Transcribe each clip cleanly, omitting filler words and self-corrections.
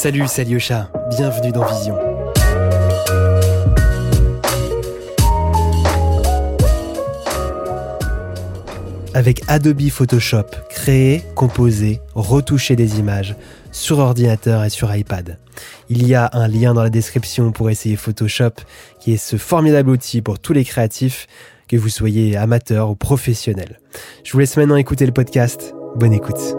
Salut, c'est Alyosha, bienvenue dans Vision. Avec Adobe Photoshop, créer, composer, retoucher des images sur ordinateur et sur iPad. Il y a un lien dans la description pour essayer Photoshop, qui est ce formidable outil pour tous les créatifs, que vous soyez amateur ou professionnel. Je vous laisse maintenant écouter le podcast. Bonne écoute.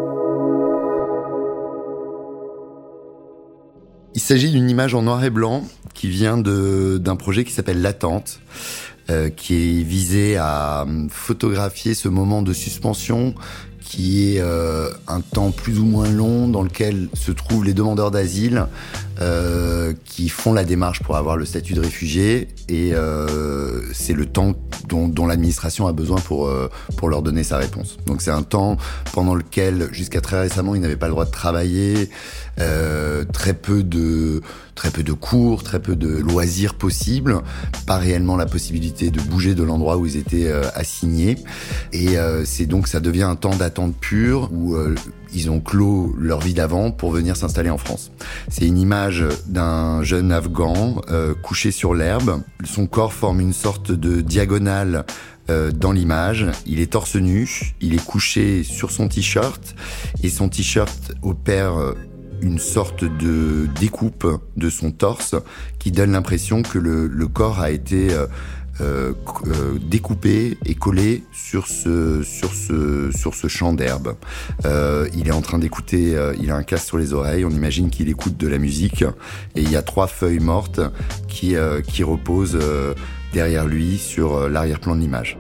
Il s'agit d'une image en noir et blanc qui vient d'un projet qui s'appelle L'attente, qui est visé à photographier ce moment de suspension qui est un temps plus ou moins long dans lequel se trouvent les demandeurs d'asile qui font la démarche pour avoir le statut de réfugié, et c'est le temps dont l'administration a besoin pour leur donner sa réponse. Donc c'est un temps pendant lequel, jusqu'à très récemment, ils n'avaient pas le droit de travailler, très peu de cours, très peu de loisirs possibles, pas réellement la possibilité de bouger de l'endroit où ils étaient assignés, et c'est donc ça devient un temps d'attente pure où ils ont clos leur vie d'avant pour venir s'installer en France. C'est une image d'un jeune Afghan couché sur l'herbe. Son corps forme une sorte de diagonale dans l'image. Il est torse nu, il est couché sur son t-shirt, et son t-shirt opère une sorte de découpe de son torse qui donne l'impression que le corps a été découpé et collé sur ce champ d'herbe. Il est en train d'écouter, il a un casque sur les oreilles, on imagine qu'il écoute de la musique, et il y a 3 feuilles mortes qui reposent derrière lui sur l'arrière-plan de l'image.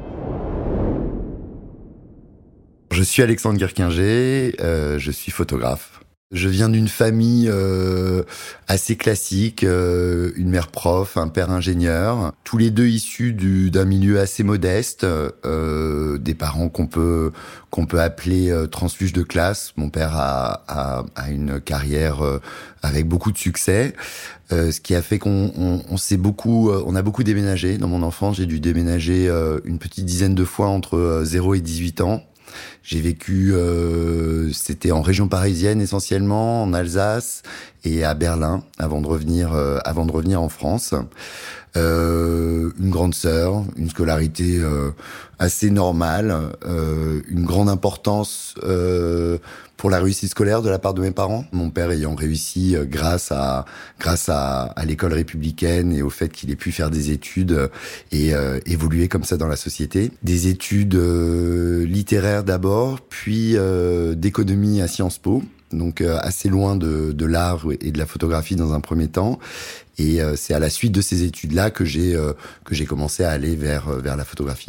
Je suis Alexandre Guerquinger, je suis photographe. Je viens d'une famille assez classique, une mère prof, un père ingénieur, tous les deux issus d'un milieu assez modeste, des parents qu'on peut appeler transfuges de classe. Mon père a une carrière avec beaucoup de succès, ce qui a fait qu'on a beaucoup déménagé. Dans mon enfance, j'ai dû déménager une petite dizaine de fois entre 0 et 18 ans. J'ai vécu, c'était en région parisienne essentiellement, en Alsace et à Berlin, avant de revenir en France. Une grande sœur, une scolarité assez normale, une grande importance pour la réussite scolaire de la part de mes parents. Mon père ayant réussi grâce à l'école républicaine et au fait qu'il ait pu faire des études et évoluer comme ça dans la société. Des études littéraires d'abord, puis d'économie à Sciences Po. Donc assez loin de l'art et de la photographie dans un premier temps. Et c'est à la suite de ces études-là que j'ai commencé à aller vers la photographie.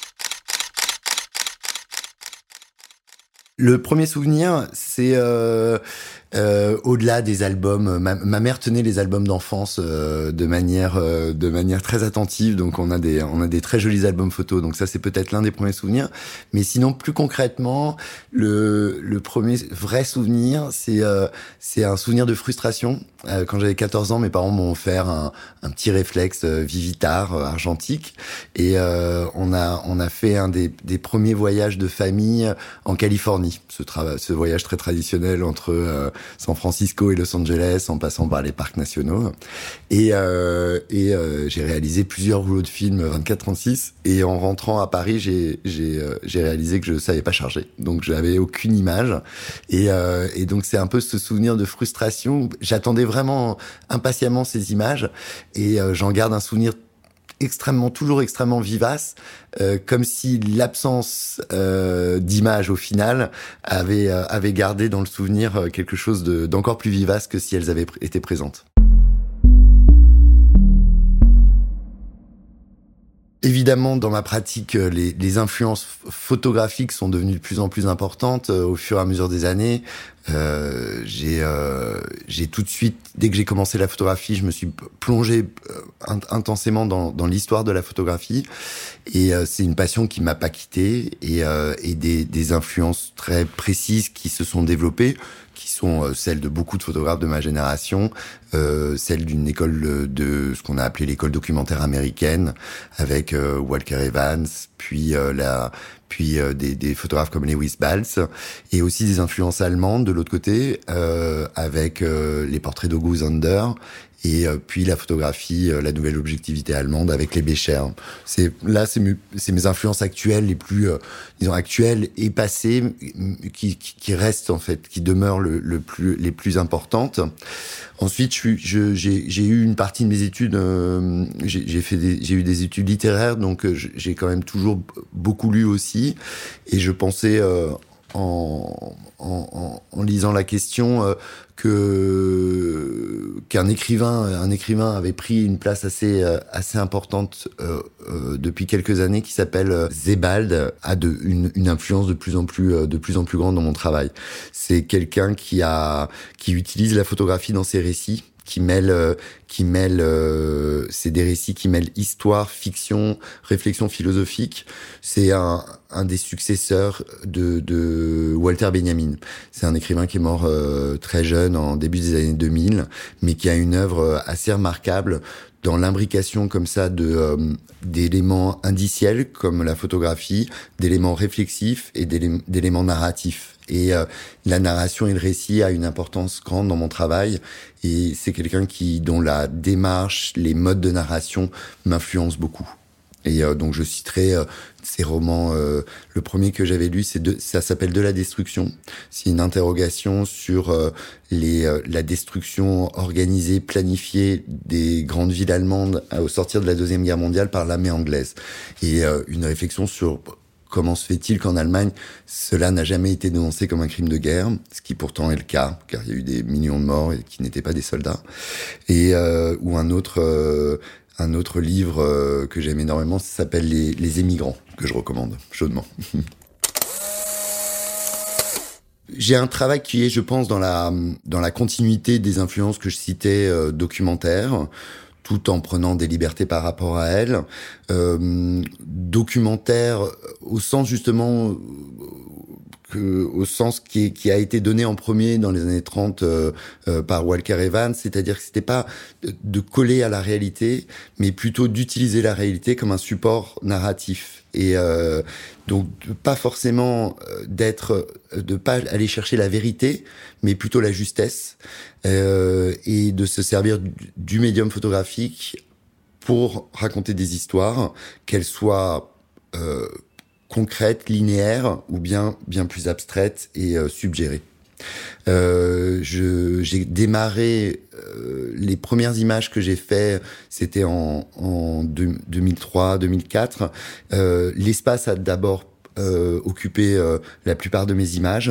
Le premier souvenir, c'est au-delà des albums. Ma mère tenait les albums d'enfance de manière très attentive, donc on a des très jolis albums photos. Donc ça, c'est peut-être l'un des premiers souvenirs. Mais sinon, plus concrètement, le premier vrai souvenir, c'est un souvenir de frustration. Quand j'avais 14 ans, mes parents m'ont offert un petit réflexe Vivitar argentique, et on a fait un des premiers voyages de famille en Californie. Ce voyage très traditionnel entre San Francisco et Los Angeles, en passant par les parcs nationaux. Et j'ai réalisé plusieurs rouleaux de films 24-36. Et en rentrant à Paris, j'ai réalisé que je savais pas charger. Donc j'avais aucune image. Et donc c'est un peu ce souvenir de frustration. J'attendais vraiment impatiemment ces images. Et j'en garde un souvenir toujours extrêmement vivace, comme si l'absence d'images au final avait gardé dans le souvenir quelque chose d'encore plus vivace que si elles avaient été présentes. Évidemment, dans ma pratique, les influences photographiques sont devenues de plus en plus importantes au fur et à mesure des années. J'ai tout de suite, dès que j'ai commencé la photographie, je me suis plongé intensément dans l'histoire de la photographie, et c'est une passion qui m'a pas quitté, et des influences très précises qui se sont développées, qui sont celles de beaucoup de photographes de ma génération, celles d'une école de ce qu'on a appelé l'école documentaire américaine, avec Walker Evans, puis des photographes comme Lewis Baltz, et aussi des influences allemandes de l'autre côté, avec les portraits d'August Sander, et puis la photographie, la nouvelle objectivité allemande avec les Becher. C'est mes influences actuelles les plus, disons actuelles et passées, qui restent en fait, qui demeurent les plus importantes. Ensuite, j'ai eu une partie de mes études, j'ai eu des études littéraires, donc j'ai quand même toujours beaucoup lu aussi, et je pensais en lisant la question qu'un écrivain avait pris une place assez importante depuis quelques années, qui s'appelle Sebald, a une influence de plus en plus grande dans mon travail. C'est quelqu'un qui utilise la photographie dans ses récits, c'est des récits qui mêlent histoire, fiction, réflexion philosophique. C'est un des successeurs de Walter Benjamin. C'est un écrivain qui est mort très jeune, en début des années 2000, mais qui a une œuvre assez remarquable dans l'imbrication comme ça d'éléments indiciels comme la photographie, d'éléments réflexifs et d'éléments narratifs. Et la narration et le récit a une importance grande dans mon travail, et c'est quelqu'un dont la démarche, les modes de narration m'influencent beaucoup. Et donc je citerai ces romans. Le premier que j'avais lu, ça s'appelle De la destruction. C'est une interrogation sur la destruction organisée, planifiée des grandes villes allemandes au sortir de la Deuxième Guerre mondiale par l'armée anglaise. Et une réflexion sur comment se fait-il qu'en Allemagne, cela n'a jamais été dénoncé comme un crime de guerre, ce qui pourtant est le cas, car il y a eu des millions de morts et qui n'étaient pas des soldats. Et ou un autre livre que j'aime énormément, ça s'appelle Les émigrants, que je recommande chaudement. J'ai un travail qui est, je pense, dans la continuité des influences que je citais documentaires, tout en prenant des libertés par rapport à elles. Documentaire au sens justement qui a été donné en premier dans les années 30 par Walker Evans, c'est-à-dire que c'était pas de coller à la réalité, mais plutôt d'utiliser la réalité comme un support narratif. Et donc pas forcément de pas aller chercher la vérité, mais plutôt la justesse, et de se servir du médium photographique pour raconter des histoires, qu'elles soient concrètes, linéaires, ou bien plus abstraites et suggérées. J'ai démarré les premières images que j'ai fait, c'était en 2003-2004. L'espace a d'abord occupé la plupart de mes images.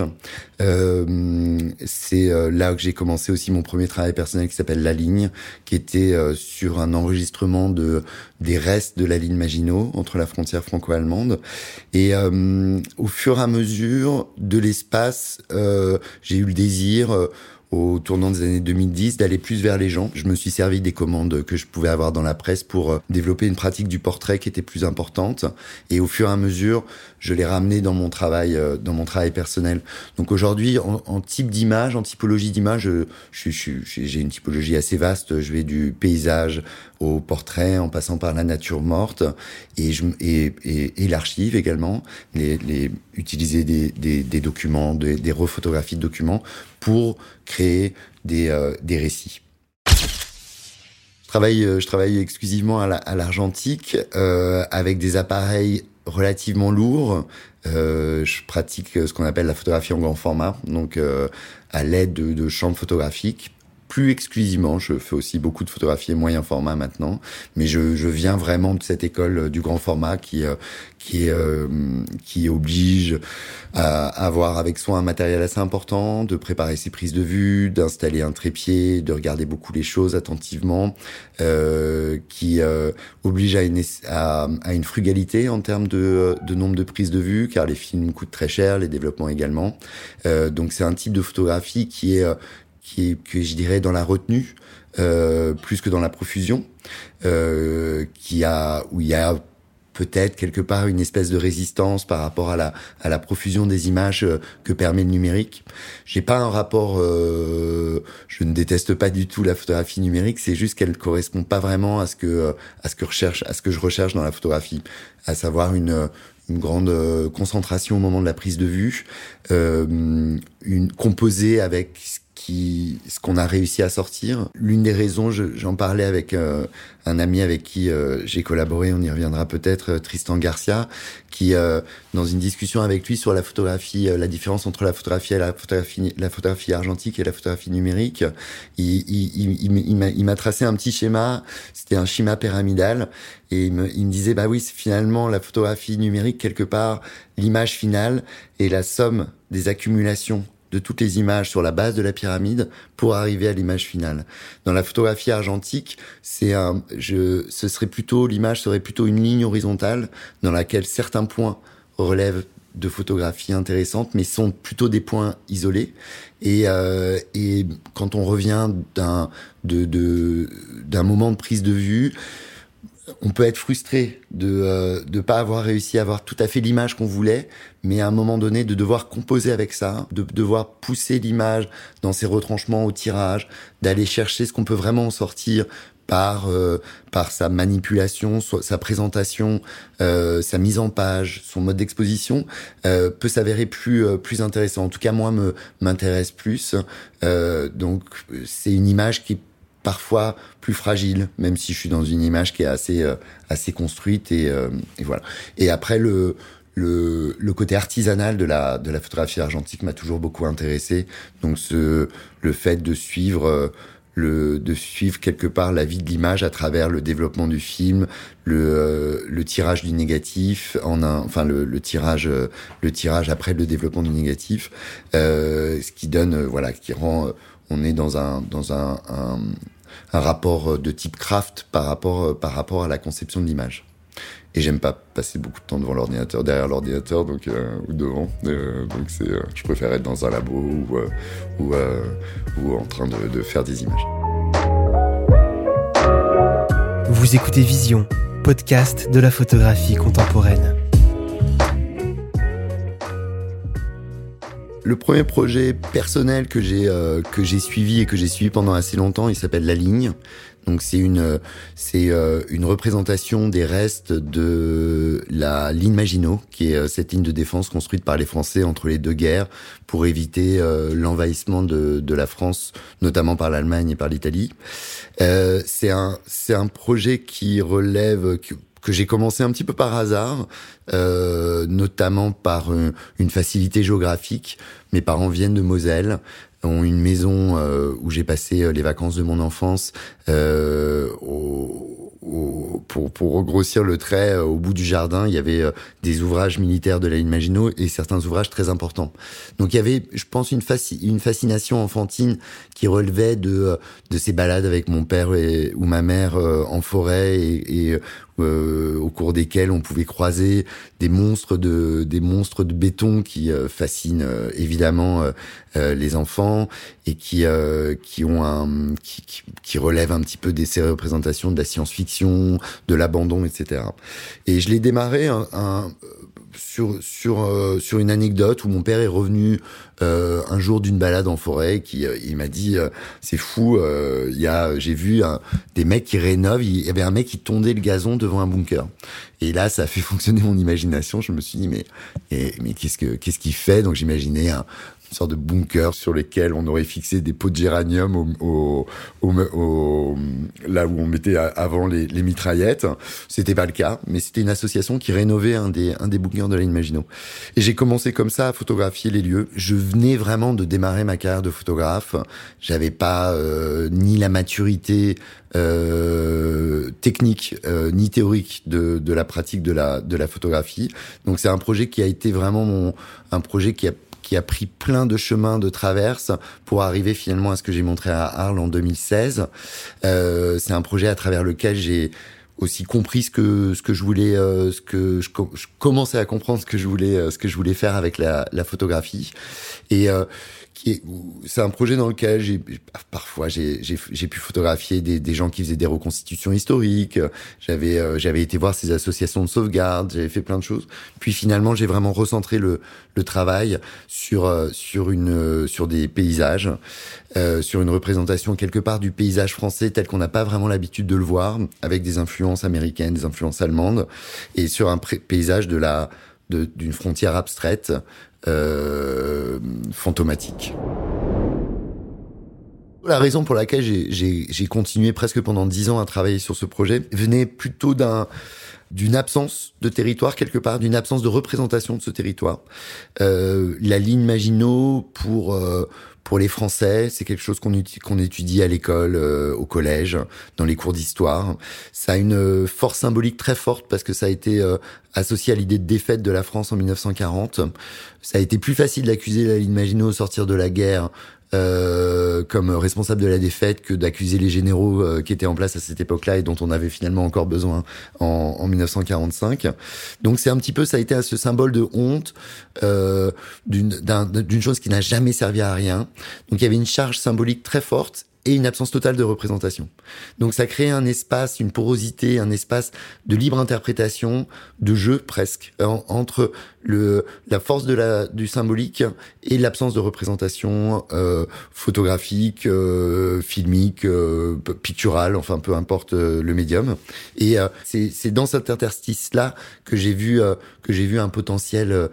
C'est là que j'ai commencé aussi mon premier travail personnel qui s'appelle La Ligne, qui était sur un enregistrement des restes de la ligne Maginot entre la frontière franco-allemande. Et au fur et à mesure de l'espace, j'ai eu le désir au tournant des années 2010, d'aller plus vers les gens. Je me suis servi des commandes que je pouvais avoir dans la presse pour développer une pratique du portrait qui était plus importante. Et au fur et à mesure, je l'ai ramené dans mon travail personnel. Donc aujourd'hui, en type d'image, en typologie d'image, j'ai une typologie assez vaste. Je vais du paysage au portrait, en passant par la nature morte, et l'archive également. Utiliser des documents, des refotographies de documents pour créer des récits. Je travaille exclusivement à l'argentique, avec des appareils relativement lourds. Je pratique ce qu'on appelle la photographie en grand format, donc à l'aide de champs photographiques. Plus exclusivement, je fais aussi beaucoup de photographies moyen format maintenant, mais je viens vraiment de cette école du grand format qui oblige à avoir avec soi un matériel assez important, de préparer ses prises de vue, d'installer un trépied, de regarder beaucoup les choses attentivement, qui oblige à une frugalité en termes de nombre de prises de vue, car les films coûtent très cher, les développements également. Donc c'est un type de photographie qui est je dirais dans la retenue plus que dans la profusion, où il y a peut-être quelque part une espèce de résistance par rapport à la profusion des images que permet le numérique. J'ai pas un rapport, je ne déteste pas du tout la photographie numérique, c'est juste qu'elle correspond pas vraiment à ce que je recherche dans la photographie, à savoir une grande concentration au moment de la prise de vue, composée avec ce qu'on a réussi à sortir. L'une des raisons, j'en parlais avec un ami avec qui j'ai collaboré, on y reviendra peut-être, Tristan Garcia, qui, dans une discussion avec lui sur la photographie, la différence entre la photographie argentique et la photographie numérique, il m'a tracé un petit schéma, c'était un schéma pyramidal, et il me disait, bah oui, c'est finalement la photographie numérique, quelque part, l'image finale est la somme des accumulations de toutes les images sur la base de la pyramide pour arriver à l'image finale. Dans la photographie argentique, l'image serait plutôt une ligne horizontale dans laquelle certains points relèvent de photographies intéressantes, mais sont plutôt des points isolés. Et quand on revient d'un moment de prise de vue, on peut être frustré de pas avoir réussi à avoir tout à fait l'image qu'on voulait, mais à un moment donné de devoir composer avec ça, de devoir pousser l'image dans ses retranchements au tirage, d'aller chercher ce qu'on peut vraiment en sortir par sa manipulation, sa présentation, sa mise en page, son mode d'exposition, peut s'avérer plus intéressant. En tout cas, moi, m'intéresse plus. Donc, c'est une image qui parfois plus fragile, même si je suis dans une image qui est assez construite et voilà. Et après le côté artisanal de la photographie argentique m'a toujours beaucoup intéressé. Donc le fait de suivre quelque part la vie de l'image à travers le développement du film, le tirage du négatif, le tirage après le développement du négatif, ce qui donne qui rend on est dans un rapport de type craft par rapport à la conception de l'image. Et j'aime pas passer beaucoup de temps derrière l'ordinateur, donc ou devant. Donc je préfère être dans un labo ou en train de faire des images. Vous écoutez Vision, podcast de la photographie contemporaine. Le premier projet personnel que j'ai suivi et que j'ai suivi pendant assez longtemps, il s'appelle La Ligne. Donc c'est une représentation des restes de la ligne Maginot, qui est cette ligne de défense construite par les Français entre les deux guerres pour éviter l'envahissement de la France, notamment par l'Allemagne et par l'Italie. C'est un projet qui relève que j'ai commencé un petit peu par hasard, notamment par une facilité géographique. Mes parents viennent de Moselle, ont une maison où j'ai passé les vacances de mon enfance, pour regrossir le trait, au bout du jardin, il y avait des ouvrages militaires de la ligne Maginot et certains ouvrages très importants. Donc il y avait, je pense, une fascination enfantine qui relevait de ces balades avec mon père ou ma mère en forêt et au cours desquels on pouvait croiser des monstres de béton qui fascinent évidemment les enfants et qui relèvent un petit peu de ces représentations de la science-fiction, de l'abandon, etc. Et je l'ai démarré sur une anecdote où mon père est revenu un jour d'une balade en forêt, il m'a dit c'est fou, j'ai vu des mecs qui rénovent, il y avait un mec qui tondait le gazon devant un bunker. Et là, ça a fait fonctionner mon imagination. Je me suis dit mais qu'est-ce qu'il fait? Donc j'imaginais une sorte de bunker sur lesquels on aurait fixé des pots de géranium là où on mettait avant les mitraillettes. C'était pas le cas, mais c'était une association qui rénovait un des bunkers de la ligne Maginot. Et j'ai commencé comme ça à photographier les lieux. Je venais vraiment de démarrer ma carrière de photographe. J'avais pas ni la maturité technique ni théorique de la pratique de la photographie. Donc c'est un projet qui a été vraiment un projet qui a pris plein de chemins de traverse pour arriver finalement à ce que j'ai montré à Arles en 2016. C'est un projet à travers lequel j'ai aussi compris ce que je voulais, je commençais à comprendre ce que je voulais faire avec la photographie, et c'est un projet dans lequel parfois j'ai pu photographier des gens qui faisaient des reconstitutions historiques. J'avais été voir ces associations de sauvegarde. J'avais fait plein de choses. Puis finalement, j'ai vraiment recentré le travail sur des paysages, sur une représentation quelque part du paysage français tel qu'on n'a pas vraiment l'habitude de le voir, avec des influences américaines, des influences allemandes, et sur un paysage d'une frontière abstraite, fantomatique. La raison pour laquelle j'ai continué presque pendant 10 ans à travailler sur ce projet venait plutôt d'une absence de territoire quelque part, d'une absence de représentation de ce territoire. La ligne Maginot pour les Français, c'est quelque chose qu'on étudie à l'école, au collège, dans les cours d'histoire. Ça a une force symbolique très forte parce que ça a été associé à l'idée de défaite de la France en 1940. Ça a été plus facile d'accuser la ligne Maginot au sortir de la guerre comme responsable de la défaite que d'accuser les généraux qui étaient en place à cette époque-là et dont on avait finalement encore besoin en 1945. Donc c'est un petit peu, ça a été ce symbole de honte d'une chose qui n'a jamais servi à rien. Donc il y avait une charge symbolique très forte et une absence totale de représentation. Donc ça crée un espace, une porosité, un espace de libre interprétation, de jeu presque, entre la force du symbolique et l'absence de représentation photographique, filmique, picturale, enfin peu importe le médium. Et c'est dans cet interstice-là que j'ai vu un potentiel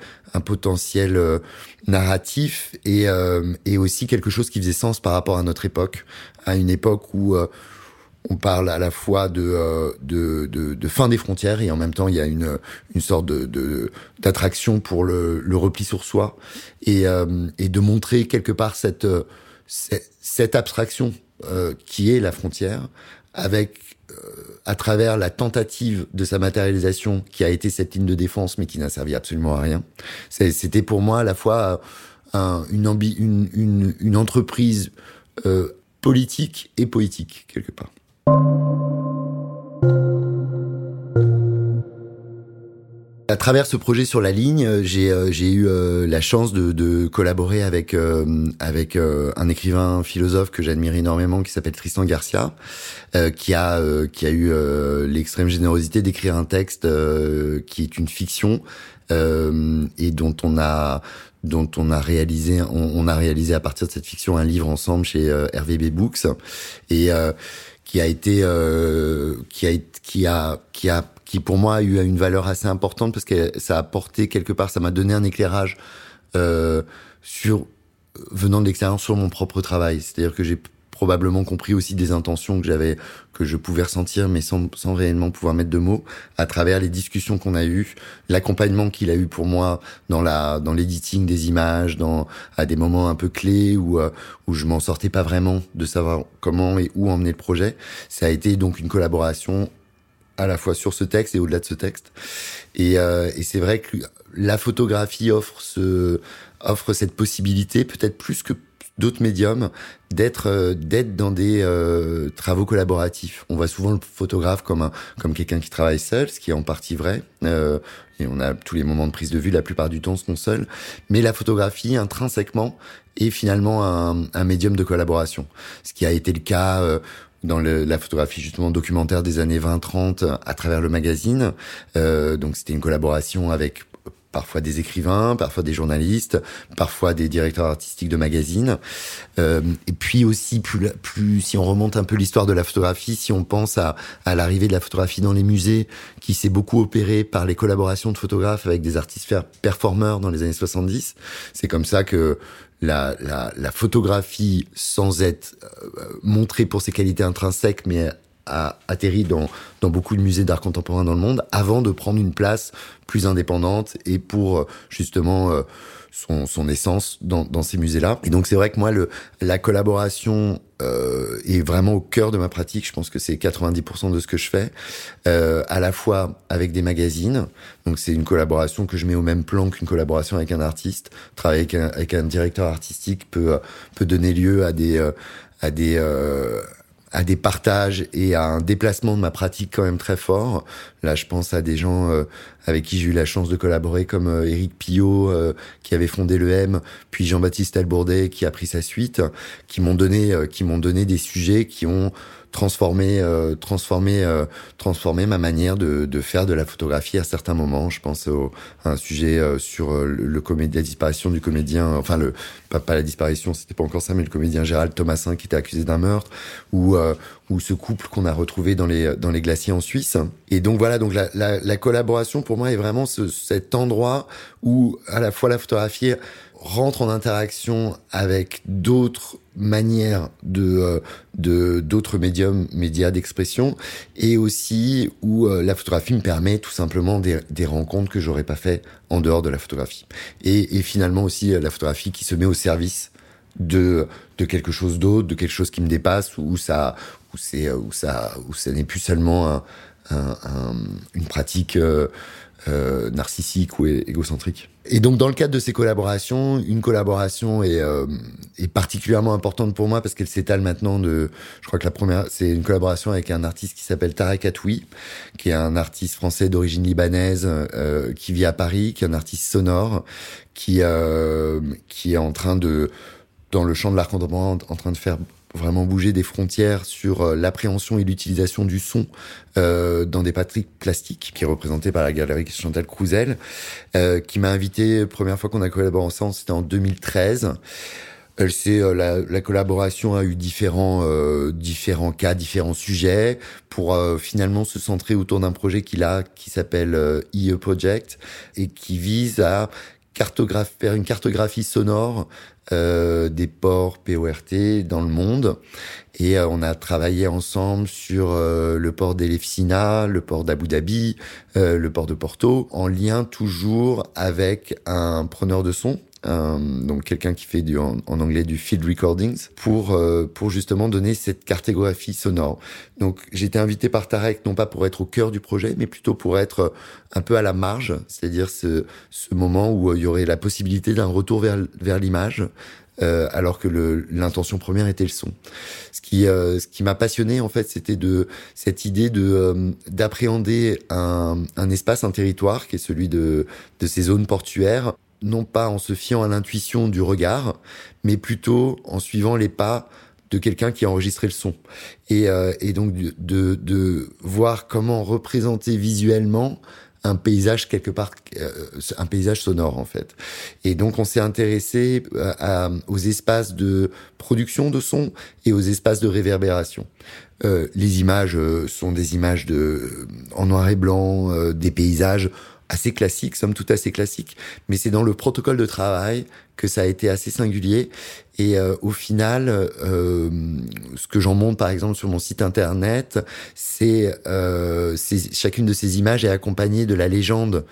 narratif et aussi quelque chose qui faisait sens par rapport à notre époque, à une époque où on parle à la fois de fin des frontières et en même temps il y a une sorte d'attraction pour le repli sur soi et de montrer quelque part cette abstraction qui est la frontière avec à travers la tentative de sa matérialisation qui a été cette ligne de défense mais qui n'a servi absolument à rien. C'était pour moi à la fois une entreprise politique et poétique quelque part. À travers ce projet sur la ligne, j'ai eu la chance de collaborer avec un écrivain philosophe que j'admire énormément qui s'appelle Tristan Garcia, qui a eu l'extrême générosité d'écrire un texte qui est une fiction et dont on a réalisé à partir de cette fiction un livre ensemble chez RVB Books et qui pour moi a eu une valeur assez importante parce que ça a apporté quelque part, ça m'a donné un éclairage venant de l'extérieur sur mon propre travail. C'est-à-dire que j'ai probablement compris aussi des intentions que je pouvais ressentir, mais sans réellement pouvoir mettre de mots, à travers les discussions qu'on a eues, l'accompagnement qu'il a eu pour moi dans l'editing des images, à des moments un peu clés où je m'en sortais pas vraiment de savoir comment et où emmener le projet. Ça a été donc une collaboration à la fois sur ce texte et au-delà de ce texte. Et c'est vrai que la photographie offre cette possibilité, peut-être plus que d'autres médiums, d'être dans des travaux collaboratifs. On voit souvent le photographe comme quelqu'un qui travaille seul, ce qui est en partie vrai. Et on a tous les moments de prise de vue, la plupart du temps, sont seuls. Mais la photographie, intrinsèquement, est finalement un médium de collaboration. Ce qui a été le cas dans la photographie justement documentaire des années 20-30 à travers le magazine. Donc c'était une collaboration avec parfois des écrivains, parfois des journalistes, parfois des directeurs artistiques de magazines. Et puis aussi, plus si on remonte un peu l'histoire de la photographie, si on pense à l'arrivée de la photographie dans les musées, qui s'est beaucoup opérée par les collaborations de photographes avec des artistes performeurs dans les années 70, c'est comme ça que la photographie, sans être montrée pour ses qualités intrinsèques, mais a atterri dans beaucoup de musées d'art contemporain dans le monde, avant de prendre une place plus indépendante et pour justement son essence dans ces musées-là. Et donc c'est vrai que moi, la collaboration est vraiment au cœur de ma pratique. Je pense que c'est 90% de ce que je fais, à la fois avec des magazines. Donc c'est une collaboration que je mets au même plan qu'une collaboration avec un artiste. Travailler avec un directeur artistique peut donner lieu à à des partages et à un déplacement de ma pratique quand même très fort. Là, je pense à des gens avec qui j'ai eu la chance de collaborer, comme Éric Pillot, qui avait fondé le M, puis Jean-Baptiste Albourdet, qui a pris sa suite, qui m'ont donné des sujets qui ont transformé ma manière de faire de la photographie à certains moments. Je pense à un sujet sur la disparition du comédien, enfin pas la disparition, c'était pas encore ça, mais le comédien Gérald Thomasin qui était accusé d'un meurtre, ou ce couple qu'on a retrouvé dans les glaciers en Suisse. Et donc voilà, donc la collaboration pour moi est vraiment cet endroit où à la fois la photographie rentre en interaction avec d'autres manières d'autres médias d'expression, et aussi où la photographie me permet tout simplement des rencontres que j'aurais pas fait en dehors de la photographie. Et finalement aussi la photographie qui se met au service de quelque chose d'autre, de quelque chose qui me dépasse, où ça n'est plus seulement une pratique narcissique ou égocentrique. Et donc, dans le cadre de ces collaborations, une collaboration est particulièrement importante pour moi parce qu'elle s'étale maintenant je crois que la première, c'est une collaboration avec un artiste qui s'appelle Tarek Atoui, qui est un artiste français d'origine libanaise, qui vit à Paris, qui est un artiste sonore, qui est en train dans le champ de l'art contemporain, en train de faire vraiment bouger des frontières sur l'appréhension et l'utilisation du son dans des pratiques plastiques, qui est représenté par la galerie Chantal Crouzel, qui m'a invité, première fois qu'on a collaboré ensemble, c'était en 2013. La collaboration a eu différents cas, différents sujets, pour finalement se centrer autour d'un projet qui s'appelle IE Project, et qui vise à faire une cartographie sonore des ports PORT dans le monde. Et on a travaillé ensemble sur le port d'Elefsina, le port d'Abu Dhabi, le port de Porto, en lien toujours avec un preneur de son, donc quelqu'un qui fait en anglais du field recordings, pour justement donner cette cartographie sonore. Donc j'ai été invité par Tarek, non pas pour être au cœur du projet, mais plutôt pour être un peu à la marge, c'est-à-dire ce moment où il y aurait la possibilité d'un retour vers l'image, alors que l'intention première était le son. Ce qui m'a passionné en fait, c'était cette idée d'appréhender un espace, un territoire qui est celui de ces zones portuaires, non pas en se fiant à l'intuition du regard, mais plutôt en suivant les pas de quelqu'un qui a enregistré le son. Et donc de voir comment représenter visuellement un paysage quelque part, un paysage sonore en fait. Et donc on s'est intéressé aux espaces de production de son et aux espaces de réverbération. Les images sont des images en noir et blanc, des paysages assez classique, somme toute assez classique, mais c'est dans le protocole de travail que ça a été assez singulier. Et au final, ce que j'en montre par exemple sur mon site internet, c'est chacune de ces images est accompagnée de la légende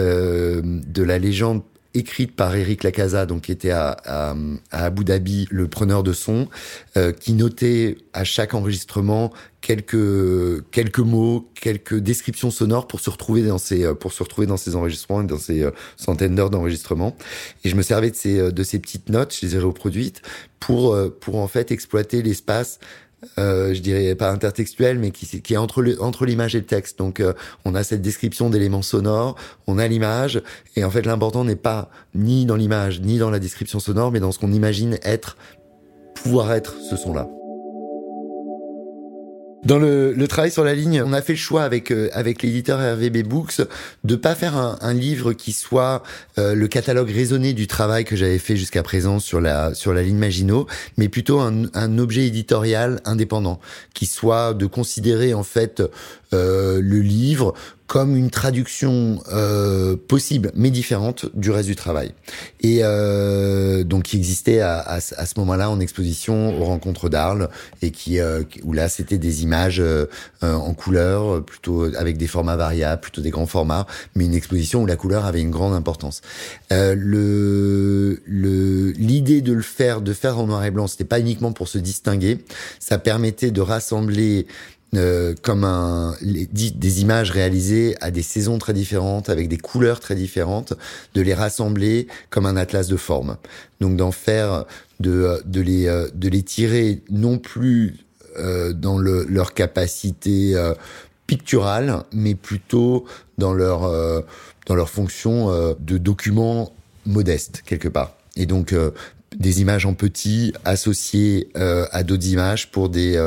écrite par Eric Lacasa, donc qui était à Abu Dhabi, le preneur de son, qui notait à chaque enregistrement quelques mots, quelques descriptions sonores pour se retrouver dans ces enregistrements et dans ces centaines d'heures d'enregistrement. Et je me servais de ces petites notes, je les ai reproduites pour en fait exploiter l'espace. Je dirais pas intertextuel, mais qui est entre l'image et le texte. Donc, on a cette description d'éléments sonores, on a l'image, et en fait, l'important n'est pas ni dans l'image, ni dans la description sonore, mais dans ce qu'on imagine pouvoir être ce son-là. Dans le travail sur la ligne, on a fait le choix avec l'éditeur RVB Books de pas faire un livre qui soit le catalogue raisonné du travail que j'avais fait jusqu'à présent sur la ligne Maginot, mais plutôt un objet éditorial indépendant, qui soit de considérer en fait le livre comme une traduction possible mais différente du reste du travail, et donc qui existait à ce moment-là en exposition aux Rencontres d'Arles, et où là c'était des images en couleur, plutôt avec des formats variables, plutôt des grands formats, mais une exposition où la couleur avait une grande importance. L'idée de faire en noir et blanc, c'était pas uniquement pour se distinguer, ça permettait de rassembler comme des images réalisées à des saisons très différentes, avec des couleurs très différentes, de les rassembler comme un atlas de formes. Donc d'en faire, de les tirer non plus leur capacité picturale, mais plutôt dans leur fonction de document modeste quelque part. Et donc des images en petit associées à d'autres images pour des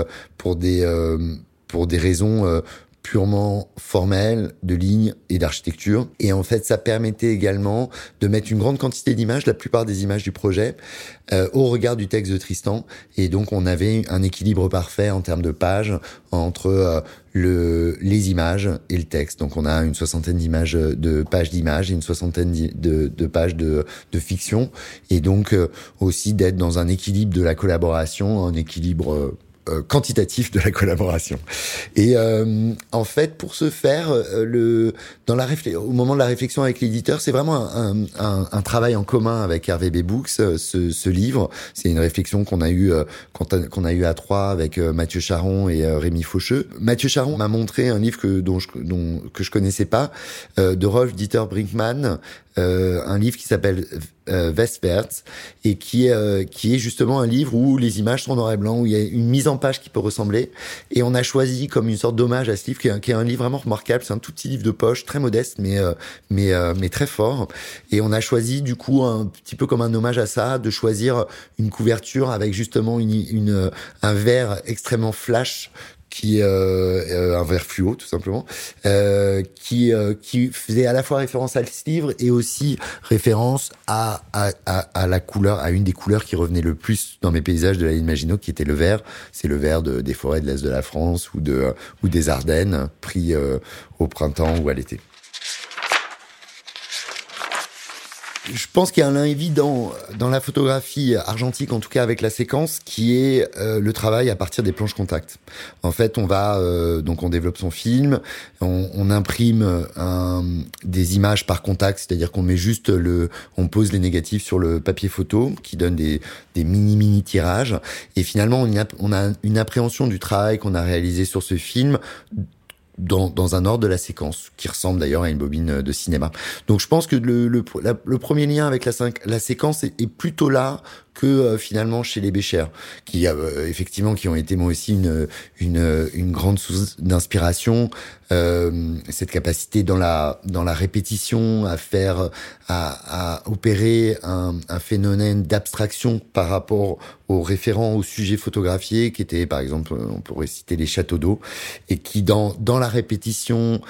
raisons purement formelles, de lignes et d'architecture. Et en fait, ça permettait également de mettre une grande quantité d'images, la plupart des images du projet, au regard du texte de Tristan. Et donc, on avait un équilibre parfait en termes de pages entre les images et le texte. Donc, on a une soixantaine de pages d'images et une soixantaine de pages de fiction. Et donc, aussi d'être dans un équilibre de la collaboration, un équilibre quantitatif de la collaboration. Et en fait, pour ce faire, au moment de la réflexion avec l'éditeur, c'est vraiment un travail en commun avec RVB Books. Ce livre, c'est une réflexion qu'on a eu à trois avec Mathieu Charon et Rémi Faucheux. Mathieu Charon m'a montré un livre que je connaissais pas, de Rolf Dieter Brinkmann, un livre qui s'appelle Westwärts et qui est justement un livre où les images sont noir et blanc, où il y a une mise en page qui peut ressembler, et on a choisi comme une sorte d'hommage à ce livre qui est un livre vraiment remarquable. C'est un tout petit livre de poche, très modeste mais très fort, et on a choisi du coup un petit peu comme un hommage à ça de choisir une couverture avec justement un vert extrêmement flash qui est un vert fluo tout simplement, qui faisait à la fois référence à ce livre et aussi référence à la couleur, à une des couleurs qui revenait le plus dans mes paysages de la ligne Maginot, qui était le vert. C'est le vert des forêts de l'Est de la France ou des Ardennes, pris au printemps ou à l'été. Je pense qu'il y a un lien évident dans la photographie argentique, en tout cas avec la séquence, qui est le travail à partir des planches contact. En fait, on développe son film, on imprime des images par contact, c'est-à-dire qu'on met juste on pose les négatifs sur le papier photo, qui donne des mini tirages, et finalement on a une appréhension du travail qu'on a réalisé sur ce film dans un ordre de la séquence, qui ressemble d'ailleurs à une bobine de cinéma. Donc je pense que le premier lien avec la séquence est plutôt là que finalement chez les Bécher, qui effectivement qui ont été moi aussi une grande source d'inspiration. Cette capacité dans la répétition à opérer un phénomène d'abstraction par rapport aux référents, aux sujets photographiés, qui étaient par exemple, on pourrait citer les châteaux d'eau, et qui dans la répétition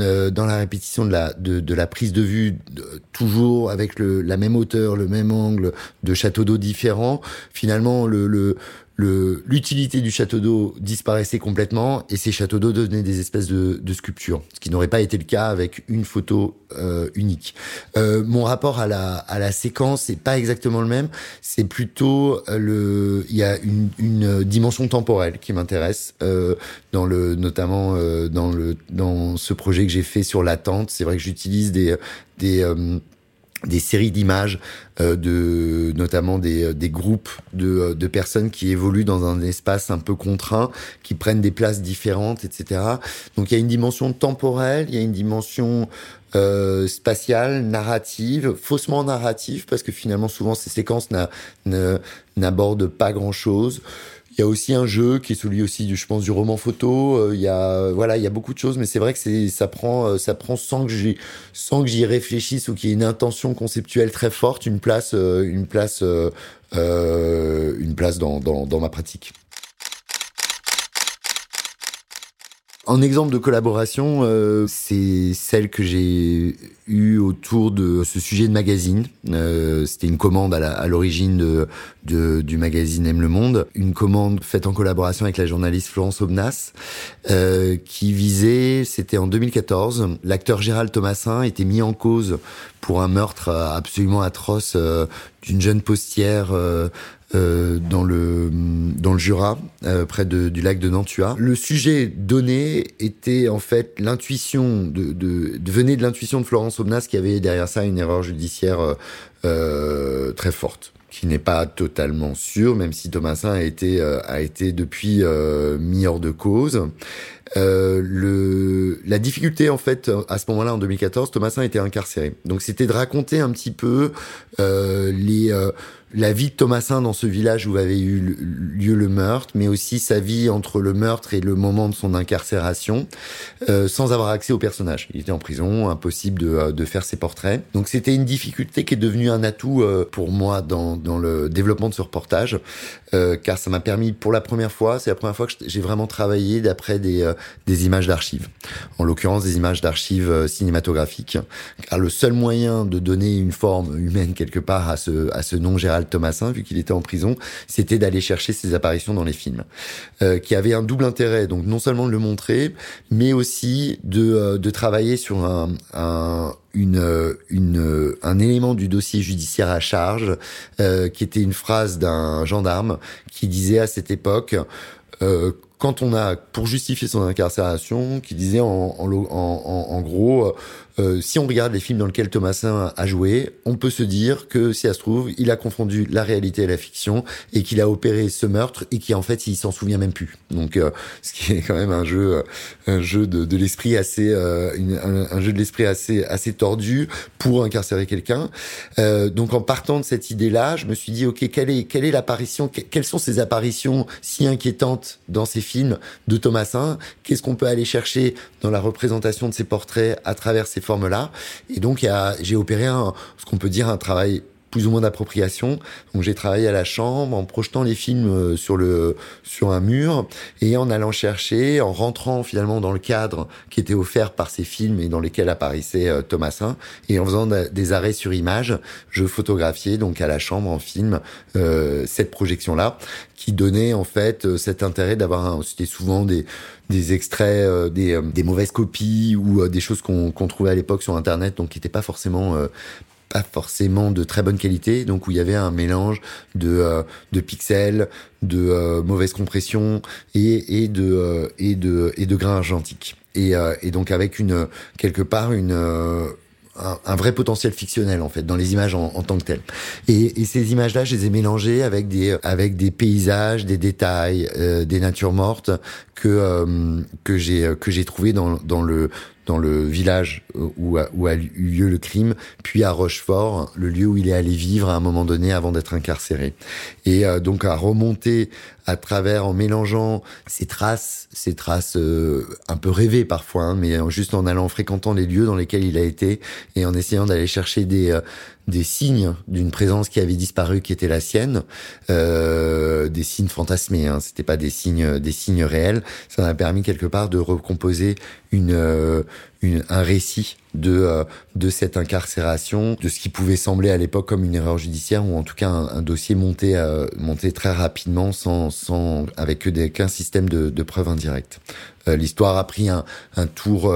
de la prise de vue, toujours avec la même hauteur, le même angle, de châteaux d'eau différents, finalement l'utilité du château d'eau disparaissait complètement, et ces châteaux d'eau devenaient des espèces de sculptures, ce qui n'aurait pas été le cas avec une photo unique. Mon rapport à la séquence, c'est pas exactement le même. C'est plutôt il y a une dimension temporelle qui m'intéresse notamment dans ce projet que j'ai fait sur l'attente. C'est vrai que j'utilise des séries d'images, notamment des groupes de personnes qui évoluent dans un espace un peu contraint, qui prennent des places différentes, etc. Donc il y a une dimension temporelle, il y a une dimension spatiale, narrative, faussement narrative, parce que finalement souvent ces séquences n'abordent pas grand-chose. Il y a aussi un jeu qui est celui aussi du roman photo. Il y a beaucoup de choses, mais c'est vrai que ça prend sans que j'y réfléchisse ou qu'il y ait une intention conceptuelle très forte, une place dans ma pratique. Un exemple de collaboration, c'est celle que j'ai eue autour de ce sujet de magazine. C'était une commande à l'origine du magazine Aime le Monde, une commande faite en collaboration avec la journaliste Florence Aubenas, qui visait, c'était en 2014, l'acteur Gérald Thomasin était mis en cause pour un meurtre absolument atroce d'une jeune postière dans le Jura, près du lac de Nantua. Le sujet donné était en fait l'intuition venait de l'intuition de Florence Aubenas, qui avait derrière ça une erreur judiciaire très forte, qui n'est pas totalement sûre, même si Thomasin a été depuis mis hors de cause. La difficulté, en fait, à ce moment-là, en 2014, Thomassin était incarcéré. Donc, c'était de raconter un petit peu la vie de Thomassin dans ce village où avait eu lieu le meurtre, mais aussi sa vie entre le meurtre et le moment de son incarcération, sans avoir accès au personnage. Il était en prison, impossible de faire ses portraits. Donc c'était une difficulté qui est devenue un atout pour moi dans le développement de ce reportage, car ça m'a permis pour la première fois, c'est la première fois que j'ai vraiment travaillé d'après des images d'archives. En l'occurrence des images d'archives cinématographiques, car le seul moyen de donner une forme humaine quelque part à ce nom Gérald Thomassin, vu qu'il était en prison, c'était d'aller chercher ses apparitions dans les films, qui avaient un double intérêt, donc non seulement de le montrer, mais aussi de travailler sur un élément du dossier judiciaire à charge, qui était une phrase d'un gendarme qui disait à cette époque, quand on a, pour justifier son incarcération, qui disait en gros, si on regarde les films dans lesquels Thomassin a joué, on peut se dire que, si ça se trouve, il a confondu la réalité et la fiction, et qu'il a opéré ce meurtre, et qu'en fait, il s'en souvient même plus. Donc, ce qui est quand même un jeu de l'esprit assez, un jeu de l'esprit assez tordu pour incarcérer quelqu'un. Donc, en partant de cette idée-là, je me suis dit, ok, quelle est l'apparition, quelles sont ces apparitions si inquiétantes dans ces films de Thomassin? Qu'est-ce qu'on peut aller chercher dans la représentation de ces portraits à travers ces formes-là? Et donc, j'ai opéré ce qu'on peut dire un travail plus ou moins d'appropriation. Donc j'ai travaillé à la chambre en projetant les films sur un mur et en allant chercher, en rentrant finalement dans le cadre qui était offert par ces films et dans lesquels apparaissait Thomassin, et en faisant des arrêts sur image, je photographiais donc à la chambre en film cette projection-là qui donnait en fait cet intérêt d'avoir c'était souvent des extraits, des mauvaises copies ou des choses qu'on trouvait à l'époque sur Internet, donc qui n'étaient pas forcément de très bonne qualité, donc où il y avait un mélange de pixels, de mauvaise compression et de grains argentiques. Et donc avec quelque part un vrai potentiel fictionnel en fait dans les images en tant que telles. Et ces images-là, je les ai mélangées avec des paysages, des détails, des natures mortes que j'ai trouvé dans le village où a eu lieu le crime, puis à Rochefort, le lieu où il est allé vivre à un moment donné avant d'être incarcéré. Et donc à remonter à travers, en mélangeant ces traces un peu rêvées parfois, hein, mais juste en allant fréquentant les lieux dans lesquels il a été et en essayant d'aller chercher des signes d'une présence qui avait disparu, qui était la sienne, des signes fantasmés, hein, c'était pas des signes réels. Ça m'a permis quelque part de recomposer un récit de cette incarcération, de ce qui pouvait sembler à l'époque comme une erreur judiciaire ou en tout cas un dossier monté très rapidement avec qu'un système de preuves indirectes. L'histoire a pris un tour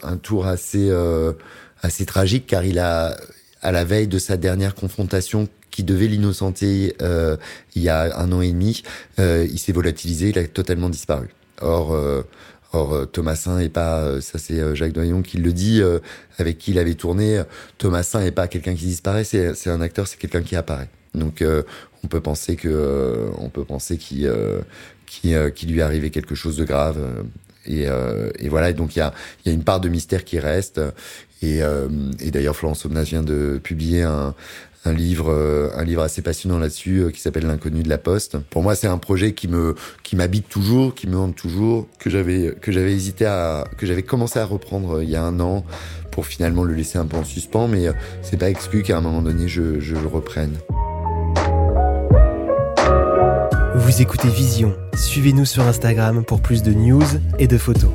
assez tragique, car il a, à la veille de sa dernière confrontation qui devait l'innocenter il y a 1 an et demi, il s'est volatilisé, il a totalement disparu. Or, Thomassin est pas, ça c'est Jacques Doyon qui le dit, avec qui il avait tourné. Thomassin est pas quelqu'un qui disparaît, c'est un acteur, c'est quelqu'un qui apparaît. Donc, on peut penser qu'il lui est arrivé quelque chose de grave. Et voilà. Et donc il y a une part de mystère qui reste. Et d'ailleurs, Florence Aubenas vient de publier un livre assez passionnant là-dessus qui s'appelle L'inconnu de la Poste. Pour moi, c'est un projet qui m'habite toujours, qui me hante toujours, que j'avais commencé à reprendre il y a 1 an pour finalement le laisser un peu en suspens, mais c'est pas exclu qu'à un moment donné je le reprenne. Vous écoutez Vision. Suivez-nous sur Instagram pour plus de news et de photos.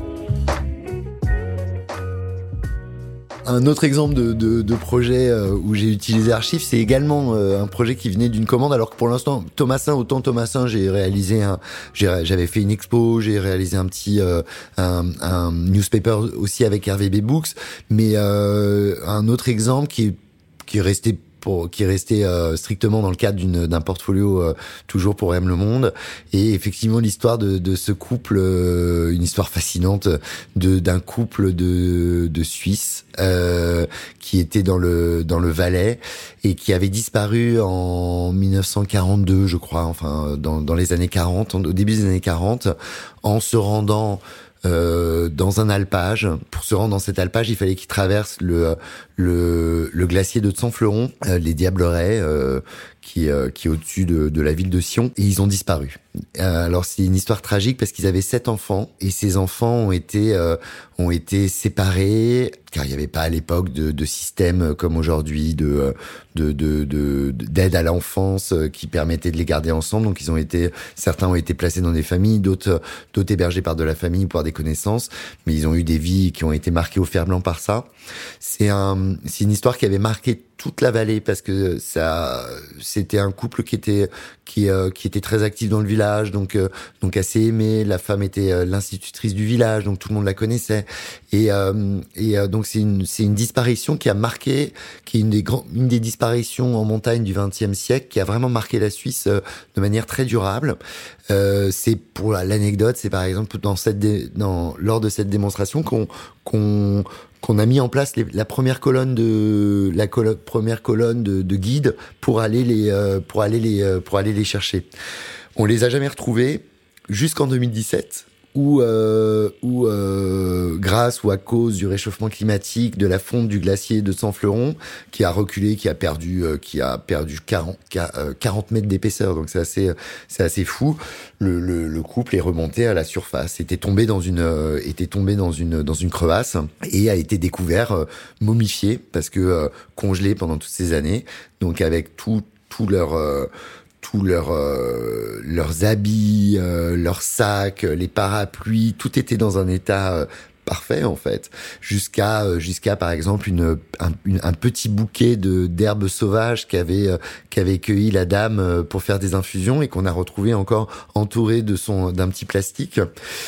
Un autre exemple de projet où j'ai utilisé Archive, c'est également un projet qui venait d'une commande, alors que pour l'instant, Thomassin, j'avais fait une expo, j'ai réalisé un newspaper aussi avec RVB Books, mais un autre exemple qui est resté strictement dans le cadre d'un portfolio toujours pour M Le Monde, et effectivement l'histoire de ce couple, une histoire fascinante d'un couple de Suisses qui était dans le Valais et qui avait disparu en 1942, je crois, enfin dans les années 40, au début des années 40, en se rendant dans un alpage. Pour se rendre dans cet alpage, il fallait qu'ils traversent le glacier de Tsanfleuron, les Diablerets, qui est au-dessus de la ville de Sion, et ils ont disparu. Alors c'est une histoire tragique parce qu'ils avaient 7 enfants, et ces enfants ont été séparés, car il n'y avait pas à l'époque de système comme aujourd'hui d'aide à l'enfance qui permettait de les garder ensemble. Donc certains ont été placés dans des familles, d'autres hébergés par de la famille ou par des connaissances, mais ils ont eu des vies qui ont été marquées au fer blanc par ça. C'est une histoire qui avait marqué toute la vallée parce que c'était un couple qui était très actif dans le village, donc assez aimé. La femme était l'institutrice du village, donc tout le monde la connaissait. Et donc c'est une disparition qui a marqué, qui est une des disparitions en montagne du XXe siècle, qui a vraiment marqué la Suisse de manière très durable. C'est pour l'anecdote, c'est par exemple lors de cette démonstration qu'on a mis en place la première colonne de guides pour aller les chercher. On les a jamais retrouvés jusqu'en 2017 où grâce ou à cause du réchauffement climatique, de la fonte du glacier de Tsanfleuron, qui a reculé, qui a perdu 40 mètres d'épaisseur. Donc c'est assez fou. Le couple est remonté à la surface, était tombé dans une crevasse et a été découvert momifié parce que congelé pendant toutes ces années. Donc avec tous leurs habits, leurs sacs, les parapluies, tout était dans un état parfait en fait, jusqu'à par exemple un petit bouquet d'herbes sauvages qu'avait cueilli la dame pour faire des infusions et qu'on a retrouvé encore entouré d'un petit plastique.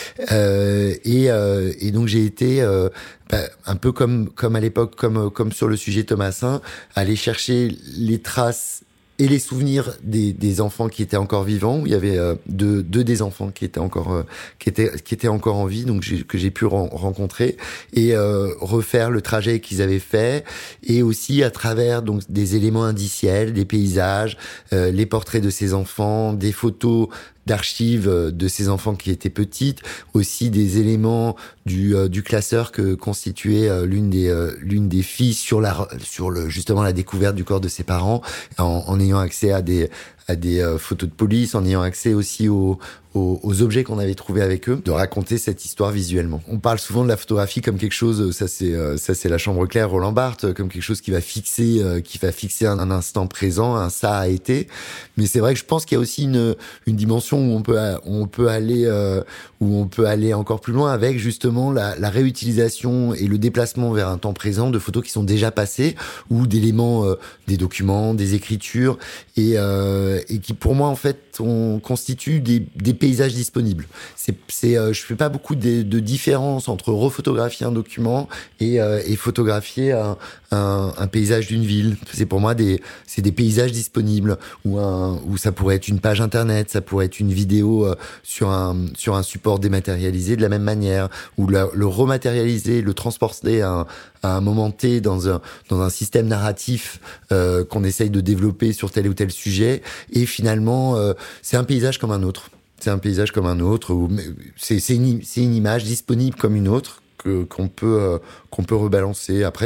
Et donc j'ai été un peu comme à l'époque, comme sur le sujet Thomasin, aller chercher les traces et les souvenirs des enfants qui étaient encore vivants, où il y avait deux des enfants qui étaient encore en vie, donc que j'ai pu rencontrer et refaire le trajet qu'ils avaient fait, et aussi à travers donc des éléments indiciels, des paysages, les portraits de ces enfants, des photos d'archives de ces enfants qui étaient petites, aussi des éléments du classeur que constituait l'une des filles sur justement la découverte du corps de ses parents, en ayant accès à des photos de police, en ayant accès aussi aux objets qu'on avait trouvés avec eux, de raconter cette histoire visuellement. On parle souvent de la photographie comme quelque chose, ça c'est la chambre claire Roland Barthes, comme quelque chose qui va fixer un instant présent, un ça a été. Mais c'est vrai que je pense qu'il y a aussi une dimension où on peut aller encore plus loin avec justement la réutilisation et le déplacement vers un temps présent de photos qui sont déjà passées ou d'éléments, des documents, des écritures et qui pour moi en fait constituent des paysages disponibles. Je fais pas beaucoup de différence entre refotographier un document et photographier un paysage d'une ville. C'est pour moi c'est des paysages disponibles où ça pourrait être une page internet, ça pourrait être une vidéo sur un support dématérialisé de la même manière, ou le rematérialiser, le transporter à un moment T dans un système narratif qu'on essaye de développer sur tel ou tel sujet, et finalement c'est un paysage comme un autre. C'est un paysage comme un autre, c'est une image disponible comme une autre qu'on peut rebalancer. Après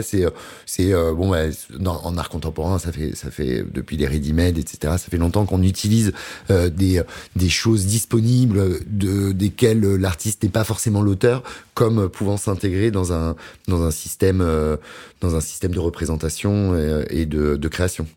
en art contemporain, ça fait depuis les ready-made, etc. Ça fait longtemps qu'on utilise des choses disponibles desquelles l'artiste n'est pas forcément l'auteur, comme pouvant s'intégrer dans un système de représentation et de création.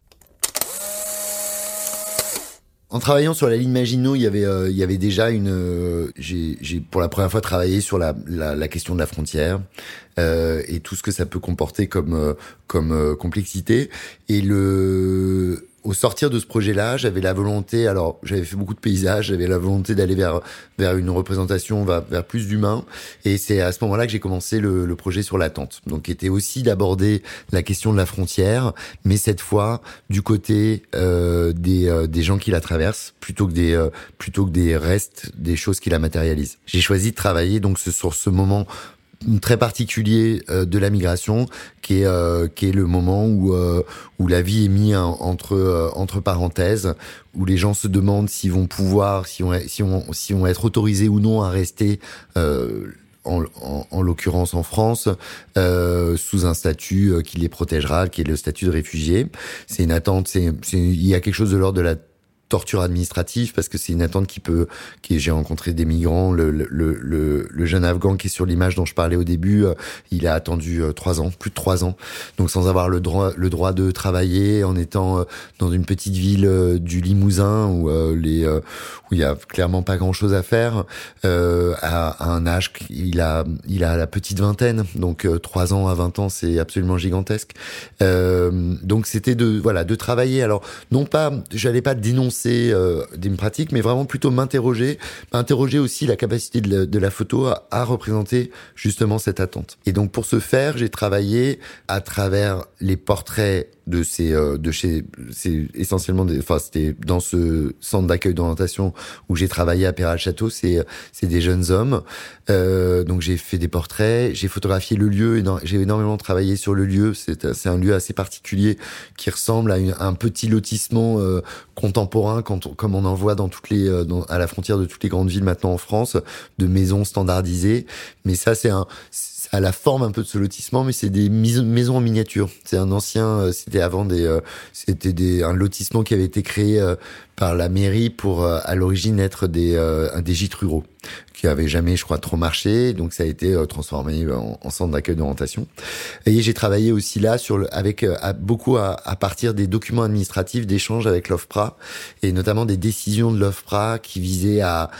En travaillant sur la ligne Maginot, il y avait déjà j'ai pour la première fois travaillé sur la question de la frontière et tout ce que ça peut comporter comme complexité. Et au sortir de ce projet-là, j'avais la volonté, alors j'avais fait beaucoup de paysages, j'avais la volonté d'aller vers une représentation, vers plus d'humain, et c'est à ce moment-là que j'ai commencé le projet sur l'attente. Donc qui était aussi d'aborder la question de la frontière, mais cette fois du côté des gens qui la traversent, plutôt que des restes, des choses qui la matérialisent. J'ai choisi de travailler donc sur ce moment très particulier de la migration, qui est le moment où la vie est mise entre parenthèses, où les gens se demandent s'ils vont pouvoir, si on être autorisés ou non à rester en l'occurrence en France, sous un statut qui les protégera, qui est le statut de réfugié. C'est une attente, il y a quelque chose de l'ordre de la torture administrative, parce que c'est une attente j'ai rencontré des migrants, le jeune Afghan qui est sur l'image dont je parlais au début, il a attendu 3 ans, plus de 3 ans, donc sans avoir le droit de travailler, en étant dans une petite ville du Limousin où il y a clairement pas grand chose à faire, à un âge, il a la petite vingtaine, donc 3 ans à 20 ans, c'est absolument gigantesque. Donc c'était de travailler. Alors non pas, j'allais pas dénoncer des pratiques, mais vraiment plutôt interroger aussi la capacité de la photo à représenter justement cette attente. Et donc pour ce faire, j'ai travaillé à travers les portraits c'est essentiellement c'était dans ce centre d'accueil d'orientation où j'ai travaillé à Péral-Château, c'est des jeunes hommes. Donc j'ai fait des portraits, j'ai photographié le lieu, j'ai énormément travaillé sur le lieu. C'est un lieu assez particulier qui ressemble à un petit lotissement contemporain, comme on en voit à la frontière de toutes les grandes villes maintenant en France, de maisons standardisées. Mais ça, ça a la forme un peu de ce lotissement, mais c'est des maisons en miniature. C'est un ancien, c'était avant un lotissement qui avait été créé par la mairie pour à l'origine être des gîtes ruraux qui avaient jamais, je crois, trop marché. Donc ça a été transformé en centre d'accueil d'orientation. Et j'ai travaillé aussi là beaucoup à partir des documents administratifs d'échange avec l'OFPRA, et notamment des décisions de l'OFPRA qui visaient à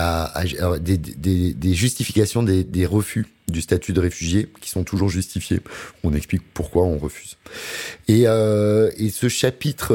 des justifications des refus du statut de réfugié, qui sont toujours justifiés. On explique pourquoi on refuse. Et ce chapitre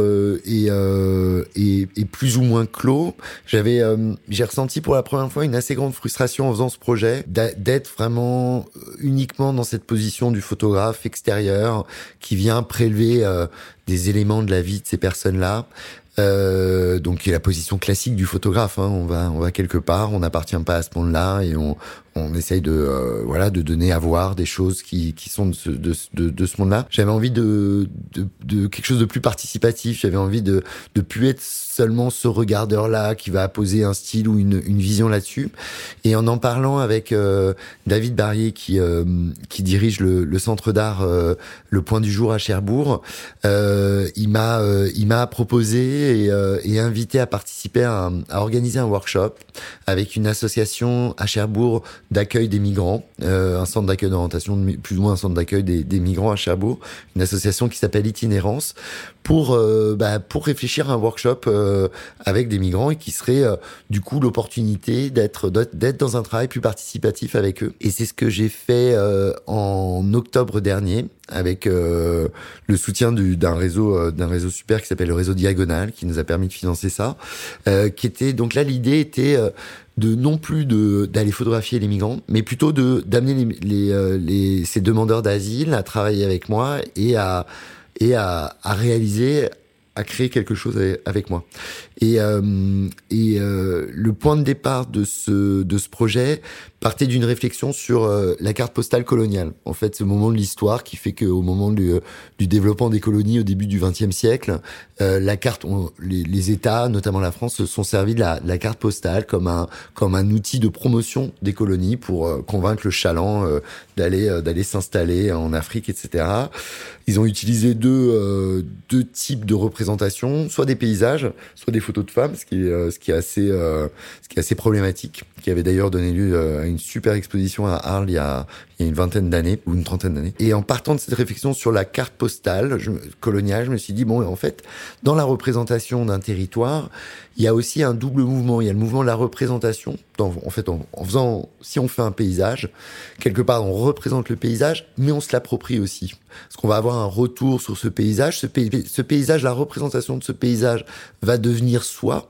est plus ou moins clos. J'ai ressenti pour la première fois une assez grande frustration en faisant ce projet, d'être vraiment uniquement dans cette position du photographe extérieur qui vient prélever des éléments de la vie de ces personnes-là. Donc qui est la position classique du photographe, hein. On va quelque part, on n'appartient pas à ce monde-là, et on essaye de donner à voir des choses qui sont de ce monde-là. J'avais envie de quelque chose de plus participatif. J'avais envie de plus être seulement ce regardeur-là qui va apposer un style ou une vision là-dessus. Et en parlant avec David Barrier qui dirige le centre d'art Le Point du Jour à Cherbourg, il m'a proposé et invité à participer à organiser un workshop avec une association à Cherbourg d'accueil des migrants, un centre d'accueil d'orientation, plus ou moins un centre d'accueil des migrants à Cherbourg, une association qui s'appelle Itinérance, pour réfléchir à un workshop avec des migrants, et qui serait du coup l'opportunité d'être dans un travail plus participatif avec eux. Et c'est ce que j'ai fait en octobre dernier, avec le soutien d'un réseau super qui s'appelle le réseau Diagonale, qui nous a permis de financer ça, qui était donc là, l'idée était de non plus d'aller photographier les migrants, mais plutôt d'amener ces demandeurs d'asile à travailler avec moi et à réaliser, à créer quelque chose avec moi. Et le point de départ de ce projet partait d'une réflexion sur la carte postale coloniale. En fait, ce moment de l'histoire qui fait qu'au moment du développement des colonies au début du XXe siècle, la carte, les États, notamment la France, se sont servis de la carte postale comme un outil de promotion des colonies pour convaincre le chaland d'aller s'installer en Afrique, etc. Ils ont utilisé deux types de représentations, soit des paysages, soit des photos de femmes, ce qui est assez problématique, qui avait d'ailleurs donné lieu à une super exposition à Arles il y a une vingtaine d'années ou une trentaine d'années. Et en partant de cette réflexion sur la carte postale coloniale, je me suis dit bon, en fait, dans la représentation d'un territoire, il y a aussi un double mouvement. Il y a le mouvement de la représentation. Si on fait un paysage, quelque part, on représente le paysage, mais on se l'approprie aussi. Parce qu'on va avoir un retour sur ce paysage. Ce paysage, la représentation de ce paysage va devenir soi.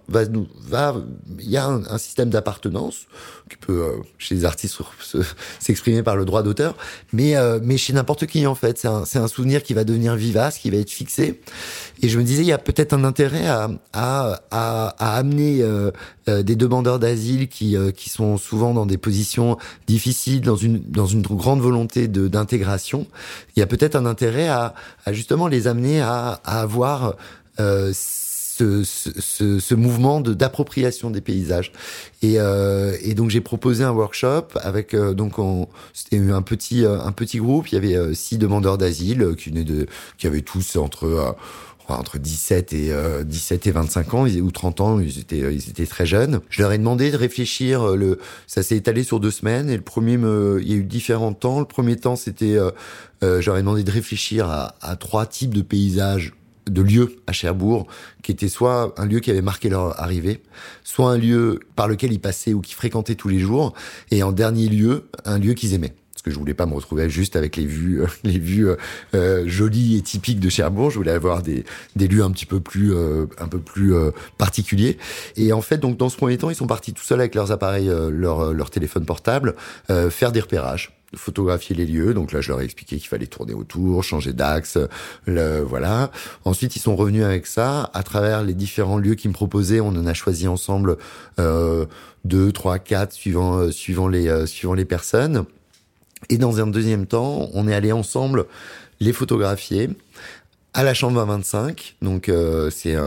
Il y a un système d'appartenance qui peut, chez les artistes, s'exprimer par le droit d'auteur, mais chez n'importe qui, en fait. C'est un souvenir qui va devenir vivace, qui va être fixé. Et je me disais, il y a peut-être un intérêt à amener des demandeurs d'asile qui sont souvent dans des positions difficiles, dans une grande volonté d'intégration. Il y a peut-être un intérêt à justement les amener à avoir ce mouvement d'appropriation des paysages. Et donc j'ai proposé un workshop avec c'était un petit groupe. Il y avait 6 demandeurs d'asile qui avaient tous entre 17 et 25 ans ou 30 ans, ils étaient très jeunes. Je leur ai demandé de réfléchir, ça s'est étalé sur 2 semaines, et il y a eu différents temps. Le premier temps, c'était, je leur ai demandé de réfléchir à 3 types de paysages, de lieux à Cherbourg, qui étaient soit un lieu qui avait marqué leur arrivée, soit un lieu par lequel ils passaient ou qu'ils fréquentaient tous les jours, et en dernier lieu, un lieu qu'ils aimaient. Que je voulais pas me retrouver juste avec les vues jolies et typiques de Cherbourg. Je voulais avoir des lieux un peu plus particuliers. Et en fait, donc dans ce premier temps, ils sont partis tout seuls avec leurs appareils, leur téléphone portable, faire des repérages, photographier les lieux. Donc là, je leur ai expliqué qu'il fallait tourner autour, changer d'axe, voilà. Ensuite, ils sont revenus avec ça. À travers les différents lieux qu'ils me proposaient, on en a choisi ensemble 2, 3, 4, suivant les personnes. Et dans un deuxième temps, on est allé ensemble les photographier à la Chambre 25. Donc c'est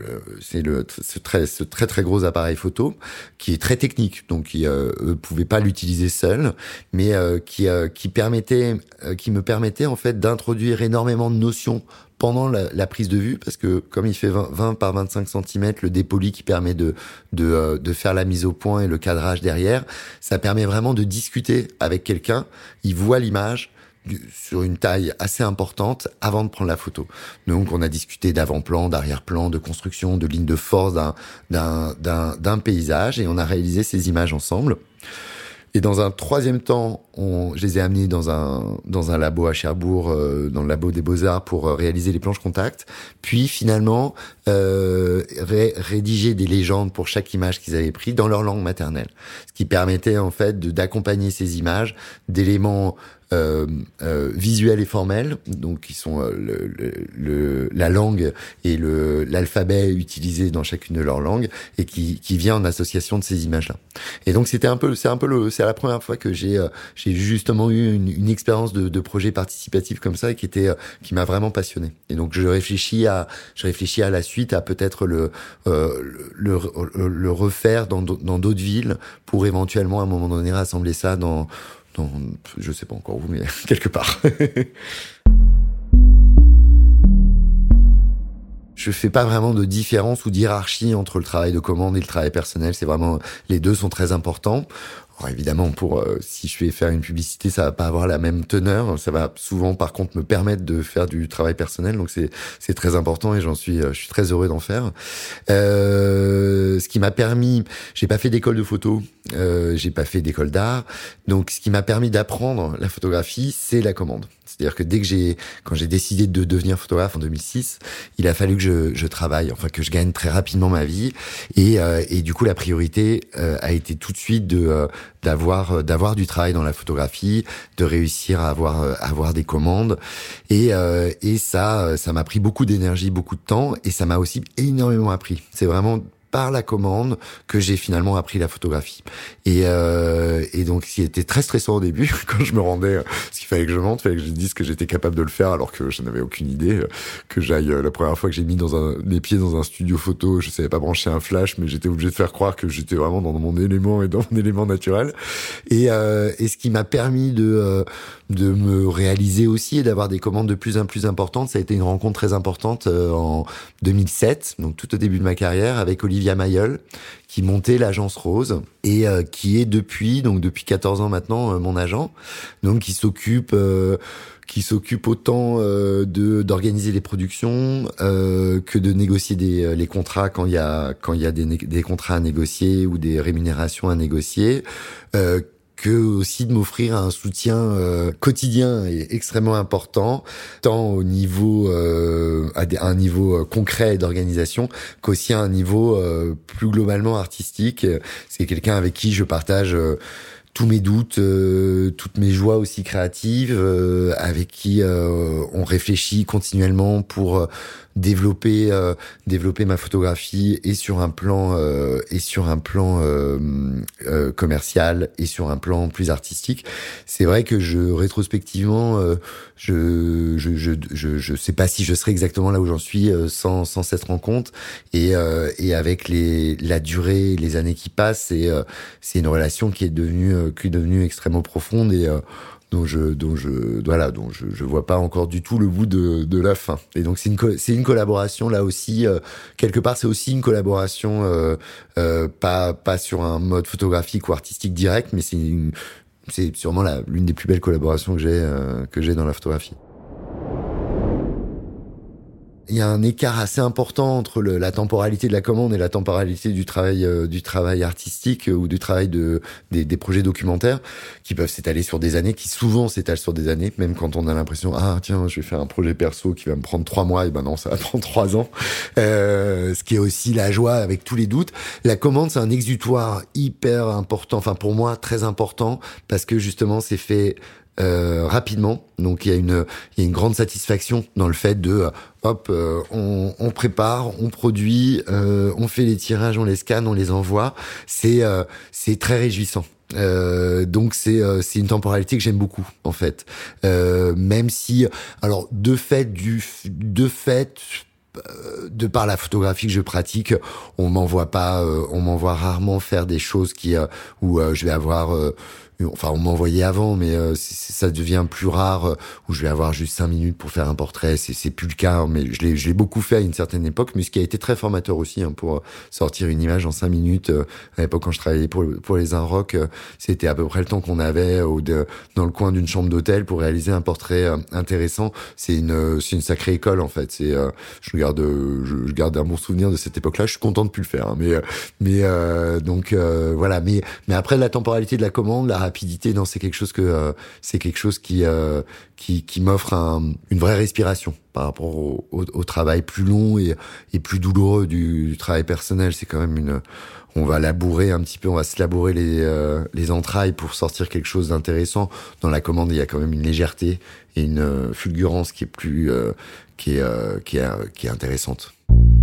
ce très très gros appareil photo qui est très technique, donc eux pouvaient pas l'utiliser seuls, mais qui me permettait en fait d'introduire énormément de notions pendant la prise de vue, parce que comme il fait 20 par 25 cm, le dépoli qui permet de faire la mise au point et le cadrage derrière, ça permet vraiment de discuter avec quelqu'un. Il voit l'image sur une taille assez importante avant de prendre la photo. Donc on a discuté d'avant-plan, d'arrière-plan, de construction, de ligne de force d'un paysage, et on a réalisé ces images ensemble. Et dans un troisième temps, je les ai amenés dans un labo à Cherbourg, dans le labo des Beaux-Arts, pour réaliser les planches contact. Puis finalement, rédiger des légendes pour chaque image qu'ils avaient pris dans leur langue maternelle. Ce qui permettait en fait d'accompagner ces images d'éléments visuels et formels, donc qui sont la langue et l'alphabet utilisé dans chacune de leurs langues, et qui vient en association de ces images-là. Et donc c'est la première fois que j'ai justement eu une expérience de projet participatif comme ça, et qui m'a vraiment passionné. Et donc je réfléchis à la suite, à peut-être le refaire dans d'autres villes, pour éventuellement à un moment donné rassembler ça dans je sais pas encore où, mais quelque part. Je fais pas vraiment de différence ou d'hiérarchie entre le travail de commande et le travail personnel. C'est vraiment, les deux sont très importants. Alors évidemment, si je vais faire une publicité, ça va pas avoir la même teneur. Ça va souvent, par contre, me permettre de faire du travail personnel. Donc c'est très important, et je suis très heureux d'en faire. Ce qui m'a permis, j'ai pas fait d'école de photo, j'ai pas fait d'école d'art. Donc ce qui m'a permis d'apprendre la photographie, c'est la commande. C'est-à-dire que quand j'ai décidé de devenir photographe en 2006, il a fallu que je travaille, enfin que je gagne très rapidement ma vie, et du coup la priorité a été tout de suite d'avoir du travail dans la photographie, de réussir à avoir des commandes, et ça m'a pris beaucoup d'énergie, beaucoup de temps, et ça m'a aussi énormément appris. C'est vraiment par la commande que j'ai finalement appris la photographie. Et donc, ce qui était très stressant au début, quand je me rendais, parce qu'il fallait que je monte, il fallait que je dise que j'étais capable de le faire, alors que je n'avais aucune idée, que j'aille, la première fois que j'ai mis les pieds dans un studio photo, je savais pas brancher un flash, mais j'étais obligé de faire croire que j'étais vraiment dans mon élément et dans mon élément naturel. Et ce qui m'a permis de me réaliser aussi et d'avoir des commandes de plus en plus importantes, ça a été une rencontre très importante en 2007, donc tout au début de ma carrière, avec Olivia Mayol, qui montait l'agence Rose, et qui est depuis 14 ans maintenant mon agent, donc qui s'occupe autant d'organiser les productions que de négocier les contrats quand il y a des contrats à négocier ou des rémunérations à négocier, que aussi de m'offrir un soutien quotidien et extrêmement important, tant au niveau à un niveau concret d'organisation, qu'aussi à un niveau plus globalement artistique. C'est quelqu'un avec qui je partage tous mes doutes, toutes mes joies aussi créatives, avec qui on réfléchit continuellement pour développer ma photographie et sur un plan commercial et sur un plan plus artistique. C'est vrai que rétrospectivement, je sais pas si je serais exactement là où j'en suis sans cette rencontre et avec la durée, les années qui passent, c'est une relation qui est devenue extrêmement profonde et dont je vois pas encore du tout le bout de la fin. Et donc c'est une collaboration là aussi quelque part, c'est aussi une collaboration pas sur un mode photographique ou artistique direct, mais c'est sûrement l'une des plus belles collaborations que j'ai dans la photographie. Il y a un écart assez important entre la temporalité de la commande et la temporalité du travail artistique ou du travail des projets documentaires qui peuvent s'étaler sur des années, qui souvent s'étalent sur des années, même quand on a l'impression, tiens, je vais faire un projet perso qui va me prendre 3 mois, et ben non, ça va prendre 3 ans. Ce qui est aussi la joie avec tous les doutes. La commande, c'est un exutoire hyper important, enfin pour moi, très important, parce que justement, c'est fait rapidement, donc il y a une grande satisfaction dans le fait de on prépare, on produit, on fait les tirages, on les scanne, on les envoie. C'est très réjouissant. Donc c'est une temporalité que j'aime beaucoup en fait. Même si alors de par la photographie que je pratique, on m'envoie rarement faire des choses où je vais avoir enfin on m'envoyait avant, mais ça devient plus rare, où je vais avoir juste 5 minutes pour faire un portrait. C'est plus le cas, mais je l'ai beaucoup fait à une certaine époque, mais ce qui a été très formateur aussi pour sortir une image en 5 minutes. À l'époque, quand je travaillais pour les Inrocks, c'était à peu près le temps qu'on avait dans le coin d'une chambre d'hôtel pour réaliser un portrait intéressant. C'est une sacrée école en fait. Je garde un bon souvenir de cette époque-là. Je suis content de plus le faire, hein, donc voilà. Mais après, la temporalité de la commande, la rapidité, non, c'est quelque chose qui m'offre une vraie respiration par rapport au travail plus long et plus douloureux du travail personnel. C'est quand même on va labourer un petit peu, on va se labourer les entrailles pour sortir quelque chose d'intéressant. Dans la commande, il y a quand même une légèreté et une fulgurance qui est intéressante.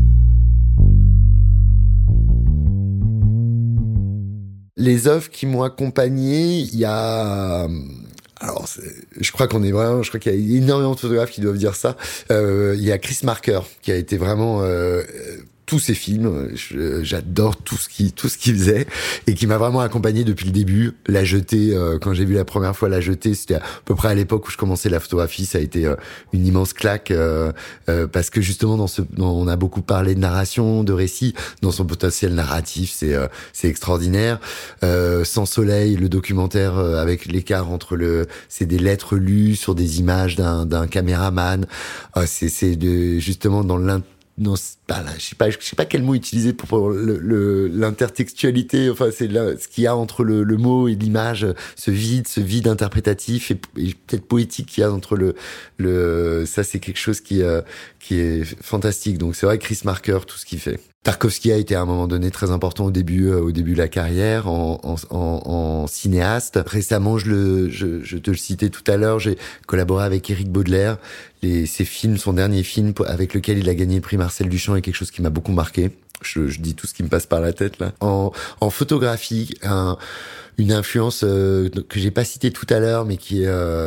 Les œuvres qui m'ont accompagné, il y a... Alors, je crois qu'il y a énormément de photographes qui doivent dire ça. Il y a Chris Marker, qui a été vraiment... tous ses films, j'adore tout ce qu'il faisait et qui m'a vraiment accompagné depuis le début. La Jetée, quand j'ai vu la première fois La Jetée, c'était à peu près à l'époque où je commençais la photographie. Ça a été une immense claque parce que justement on a beaucoup parlé de narration, de récit. Dans son potentiel narratif, c'est extraordinaire. Sans Soleil, le documentaire avec l'écart entre c'est des lettres lues sur des images d'un caméraman. Justement dans non, je sais pas quel mot utiliser pour l'intertextualité. Enfin, c'est là ce qu'il y a entre le mot et l'image, ce vide interprétatif et peut-être poétique qu'il y a entre ça, c'est quelque chose qui est fantastique. Donc c'est vrai, Chris Marker, tout ce qu'il fait. Tarkovsky a été à un moment donné très important au début de la carrière en cinéaste. Récemment, je te le citais tout à l'heure, j'ai collaboré avec Éric Baudelaire. Ses films, son dernier film avec lequel il a gagné le prix Marcel Duchamp est quelque chose qui m'a beaucoup marqué. Je dis tout ce qui me passe par la tête là. En photographie, une influence que j'ai pas citée tout à l'heure, mais qui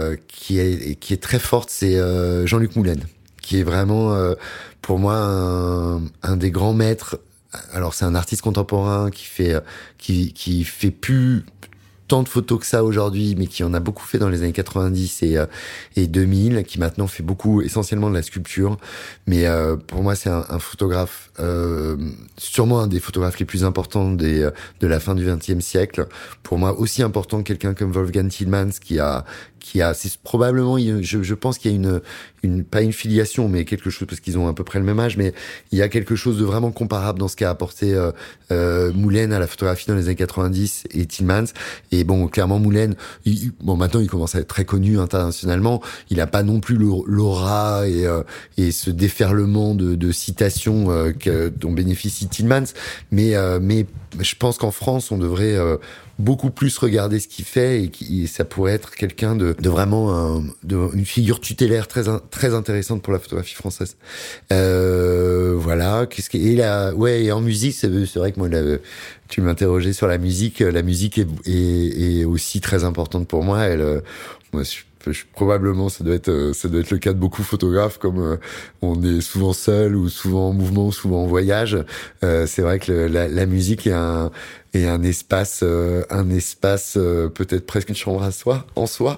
est très forte, c'est Jean-Luc Moulin, qui est vraiment pour moi un des grands maîtres. Alors c'est un artiste contemporain qui fait plus tant de photos que ça aujourd'hui, mais qui en a beaucoup fait dans les années 90 et 2000, qui maintenant fait essentiellement de la sculpture. Mais pour moi, c'est un photographe, sûrement un des photographes les plus importants de la fin du XXe siècle. Pour moi, aussi important que quelqu'un comme Wolfgang Tillmans, c'est probablement, je pense qu'il y a pas une filiation, mais quelque chose, parce qu'ils ont à peu près le même âge, mais il y a quelque chose de vraiment comparable dans ce qu'a apporté Moulin à la photographie dans les années 90 et Tillmans. Et bon, clairement, Moulin, maintenant, il commence à être très connu internationalement. Il a pas non plus l'aura et ce déferlement de citations dont bénéficie Tillmans, mais je pense qu'en France, on devrait beaucoup plus regarder ce qu'il fait et ça pourrait être quelqu'un de vraiment une figure tutélaire très intéressante pour la photographie française. Voilà. Et en musique, c'est vrai que moi, tu m'interrogeais sur la musique. La musique est aussi très importante pour moi. Moi, probablement, ça doit être le cas de beaucoup de photographes, comme on est souvent seul ou souvent en mouvement ou souvent en voyage. C'est vrai que la musique est un espace peut-être presque une chambre en soi.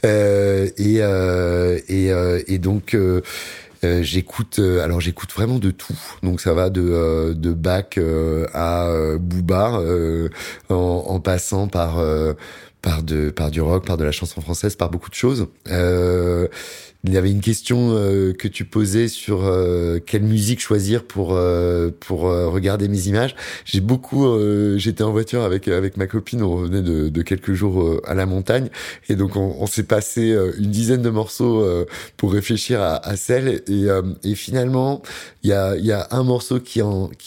Et donc j'écoute vraiment de tout. Donc ça va de Bach à Booba, en passant par du rock, par de la chanson française, par beaucoup de choses. Il y avait une question que tu posais sur quelle musique choisir pour regarder mes images. J'étais en voiture avec ma copine, on revenait de quelques jours à la montagne, et donc on s'est passé une dizaine de morceaux pour réfléchir à celle, et finalement il y a un morceau qui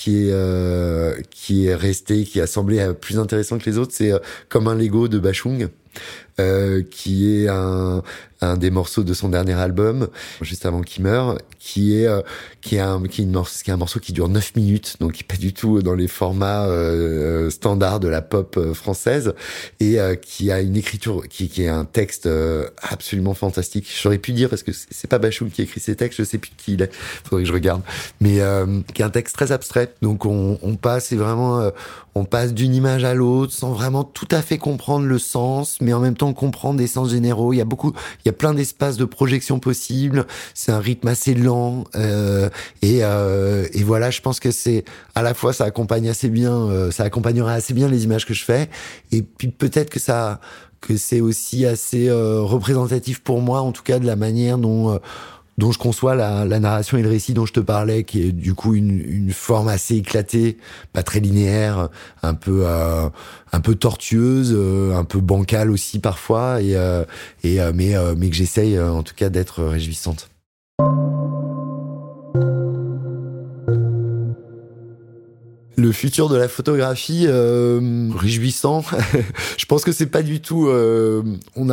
est resté, qui a semblé plus intéressant que les autres, c'est Comme un Lego de Bachung. Qui est un des morceaux de son dernier album, juste avant qu'il meure, qui est un morceau qui dure 9 minutes, donc qui est pas du tout dans les formats standards de la pop française, et qui a une écriture, qui est un texte absolument fantastique. J'aurais pu dire, parce que c'est pas Bachung qui écrit ces textes, je sais plus qui il est, faudrait que je regarde, mais qui est un texte très abstrait. Donc on passe d'une image à l'autre sans vraiment tout à fait comprendre le sens, mais en même temps comprendre des sens généraux. Il y a plein d'espaces de projection possibles. C'est un rythme assez lent, et voilà. Je pense que c'est à la fois ça accompagnera assez bien les images que je fais, et puis peut-être que c'est aussi assez représentatif pour moi, en tout cas de la manière dont je conçois la narration et le récit dont je te parlais, qui est du coup une forme assez éclatée, pas très linéaire, un peu tortueuse, un peu bancale aussi parfois, mais que j'essaye en tout cas d'être réjouissante. Le futur de la photographie, réjouissant. Je pense que c'est pas du tout. On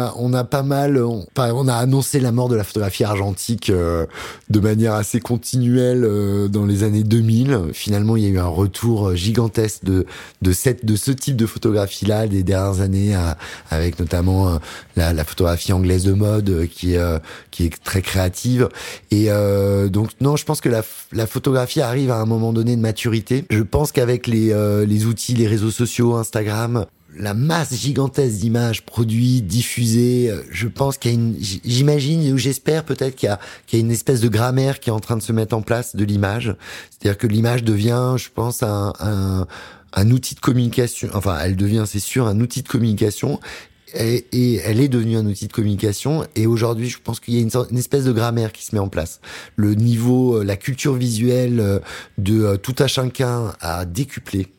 a annoncé la mort de la photographie argentique de manière assez continuelle dans les années 2000. Finalement, il y a eu un retour gigantesque de ce type de photographie-là des dernières années, avec notamment la photographie anglaise de mode qui est très créative. Et donc non, je pense que la photographie arrive à un moment donné de maturité. Je pense qu'avec les outils, les réseaux sociaux, Instagram, la masse gigantesque d'images produites, diffusées, je pense j'imagine ou j'espère peut-être qu'il y a une espèce de grammaire qui est en train de se mettre en place de l'image. C'est-à-dire que l'image devient, je pense, un outil de communication. Enfin, elle devient, c'est sûr, un outil de communication. Et elle est devenue un outil de communication, et aujourd'hui je pense qu'il y a une espèce de grammaire qui se met en place. Le niveau, la culture visuelle de tout à chacun a décuplé.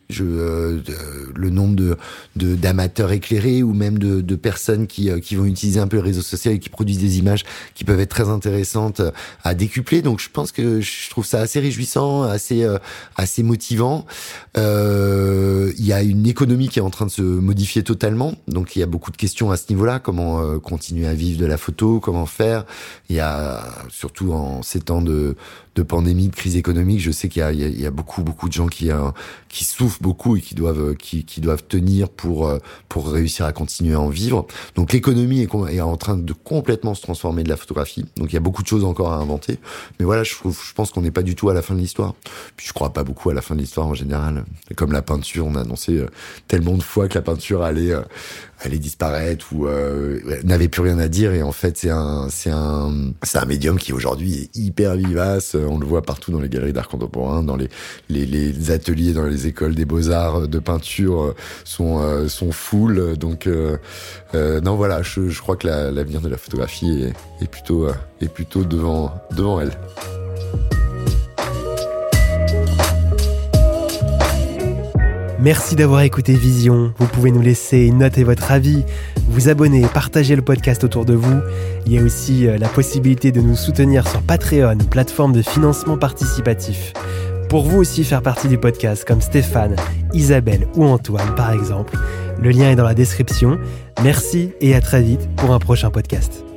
Le nombre d'amateurs éclairés, ou même de personnes qui vont utiliser un peu les réseaux sociaux et qui produisent des images qui peuvent être très intéressantes, a décuplé. Donc je pense que je trouve ça assez réjouissant, assez motivant. Il y a une économie qui est en train de se modifier totalement, donc il y a beaucoup de questions à ce niveau-là. Comment continuer à vivre de la photo, comment faire. Il y a, surtout en ces temps de pandémie, de crise économique, je sais qu'il y a beaucoup de gens qui souffrent beaucoup et qui doivent tenir pour réussir à continuer à en vivre. Donc l'économie est en train de complètement se transformer de la photographie. Donc il y a beaucoup de choses encore à inventer. Mais voilà, je pense qu'on n'est pas du tout à la fin de l'histoire. Puis je crois pas beaucoup à la fin de l'histoire en général. Et comme la peinture, on a annoncé tellement de fois que la peinture allait disparaître ou n'avait plus rien à dire, et en fait c'est un médium qui aujourd'hui est hyper vivace. On le voit partout dans les galeries d'art contemporain, dans les ateliers, dans les écoles des beaux-arts de peinture sont full. Donc non, voilà, je crois que l'avenir de la photographie est plutôt devant elle. Merci d'avoir écouté Vision. Vous pouvez nous laisser une note et votre avis, vous abonner et partager le podcast autour de vous. Il y a aussi la possibilité de nous soutenir sur Patreon, plateforme de financement participatif. Pour vous aussi faire partie du podcast, comme Stéphane, Isabelle ou Antoine par exemple, Le lien est dans la description. Merci et à très vite pour un prochain podcast.